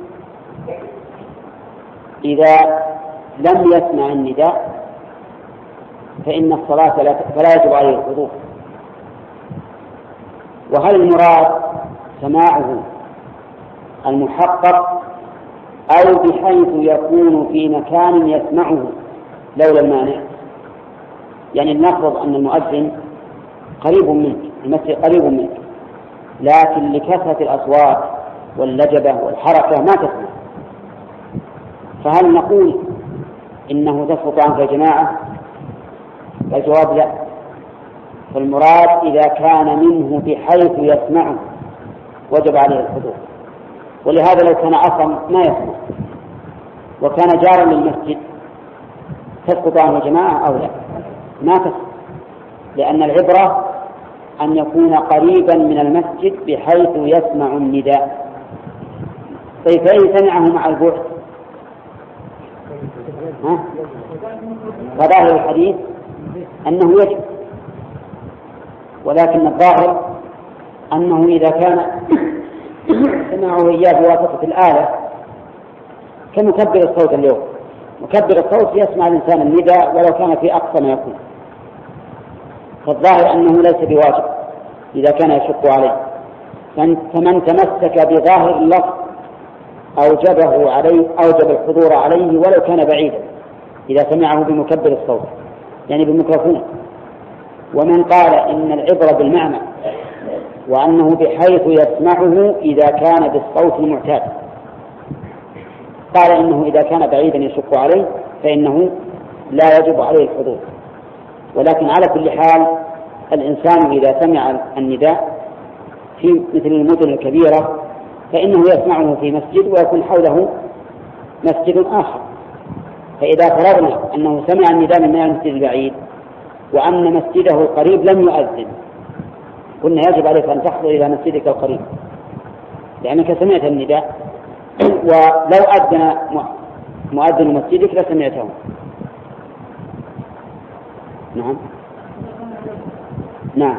إذا لم يسمع النداء فإن الصلاة فلا يجب عليه الحضور. وهل المراد سماعه المحقق أو بحيث يكون في مكان يسمعه لولا المانع؟ يعني نفرض أن المؤذن قريب منك، المسجد قريب منك، لكن لكثرة الأصوات واللجبة والحركة ما تسمع، فهل نقول إنه تسقط عنك الجماعة؟ الجواب لا. فالمراد إذا كان منه بحيث يسمعه وجب عليه الحضور. ولهذا لو كان أصلا ما يسمع وكان جارا للمسجد تسقط عنه الجماعة أو لا؟ ما تسقط، لأن العبرة أن يكون قريبا من المسجد بحيث يسمع النداء. طيب فإن سمعه مع البعد فظاهر الحديث أنه يجب، ولكن الظاهر أنه إذا كان سمعه إياه بواسطة الآلة كمكبر الصوت اليوم، مكبر الصوت يسمع الإنسان النداء ولو كان في أقصى ما يكون، فالظاهر أنه ليس بواجب إذا كان يشق عليه. فمن تمسك بظاهر اللفظ أوجبه عليه، أوجب الحضور عليه ولو كان بعيدا إذا سمعه بمكبر الصوت يعني بالميكروفون. ومن قال إن العبرة بالمعنى وأنه بحيث يسمعه إذا كان بالصوت المعتاد، قال إنه إذا كان بعيدا يشق عليه فإنه لا يجب عليه الحضور. ولكن على كل حال الإنسان إذا سمع النداء في مثل المدن الكبيرة فإنه يسمعه في مسجد ويكون حوله مسجد آخر. فإذا فرضنا أنه سمع النداء من المسجد البعيد وأن مسجده القريب لم يؤذن، قلنا يجب عليك أن تحضر إلى مسجدك القريب لأنك سمعت النداء، ولو أذن مؤذن مسجدك لسمعته. نعم نعم.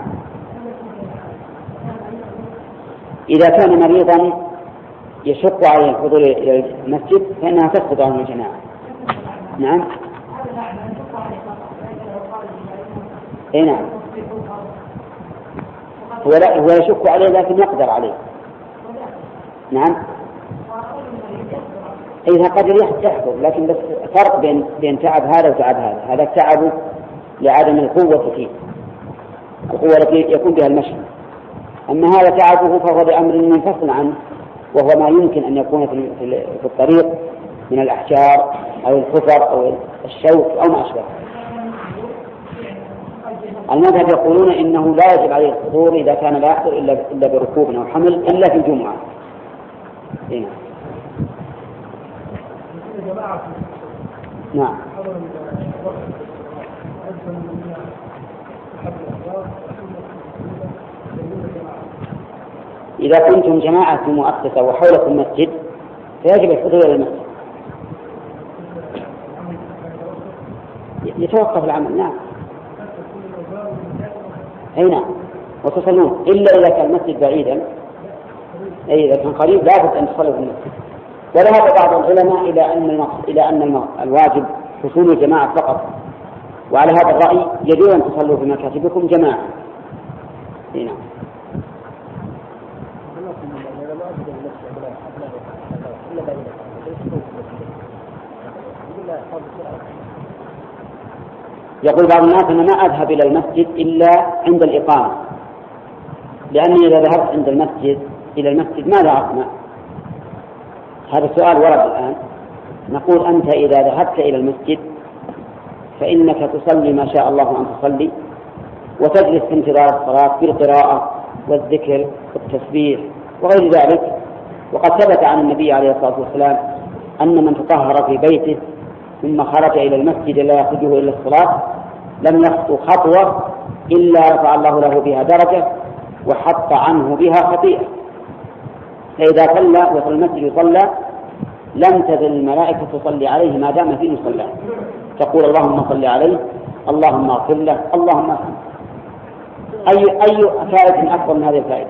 إذا كان مريضا يشق عليه الحضور إلى المسجد فإنها تسقط عنه الجماعة. نعم. اي نعم، هو يشك عليه لكن يقدر عليه. نعم، إذا قدر يحضر، لكن بس فرق بين تعب هذا وتعب هذا. هذا التعب لعدم القوة فيه، القوة التي يكون بها المشي، أما هذا تعبه فهو بأمر منفصل عنه، وهو ما يمكن أن يكون في الطريق من الأحجار أو الحفر أو الشوك أو ما أشبه. المذهب يقولون إنه لا يجب عليه الحضور إذا كان لا يحضر إلا بركوب أو حمل إلا في الجمعة. إيه. نعم. إذا كنتم جماعة في مؤسسة وحولكم مسجد فيجب الحضور إلى المسجد. يتوقف العمل. نعم. أي نعم، وتصلون، إلا إذا كان المسجد بعيدا، أي إذا كان قريب لابد أن تصلوا في المسجد. وذهب بعض العلماء إلى أن الواجب حصول الجماعة فقط، وعلى هذا الرأي يجوز أن تصلوا في مكاتبكم جماعة. هنا يقول بعض الناس أنا ما أذهب إلى المسجد إلا عند الإقامة، لأني إذا ذهبت عند المسجد إلى المسجد ماذا أصنع؟ هذا السؤال ورد الآن. نقول أنت إذا ذهبت إلى المسجد فإنك تصلي ما شاء الله أن تصلي، وتجلس في انتظار الصلاة بالقراءة والذكر والتسبيح وغير ذلك. وقد ثبت عن النبي عليه الصلاة والسلام أن من تطهر في بيته ثم خرج إلى المسجد لا يخرجه إلا الصلاة لم يخطو خطوة إلا رفع الله له بها درجة وحط عنه بها خطيئة. فإذا صلى وصل المسجد يصلى لم تزل الملائكة تصلي عليه ما دام فيه صلى، تقول اللهم صل عليه، اللهم اغفر له، اللهم ارحمه. أي فائدة أكبر من هذه الفائدة؟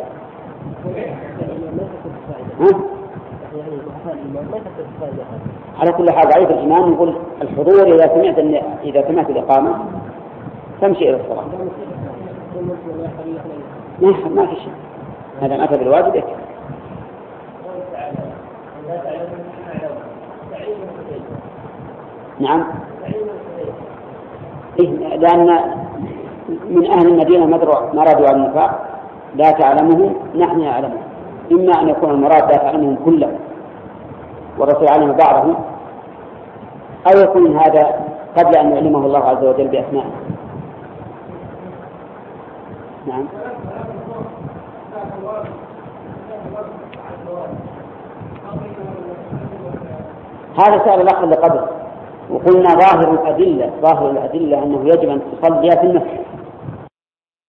على كل حال ضعيف الإمام يقول الحضور إذا سمعت الإقامة تمشي إلى الصلاة، ما في شيء، هذا أتى بالواجب يكفي. نعم، لأن من أهل المدينة مرضوا على النفاق لا تعلمه نحن نعلمه، إما أن يكون المراد لا تعلمهم كلهم والرسول علم بعضهم، أو يكون هذا قبل أن يعلمه الله عز وجل بأسمائه. نعم. هذا سأل الأخ اللي قبل، وقلنا ظاهر الأدلة أنه يجب أن تصلي في المسجد،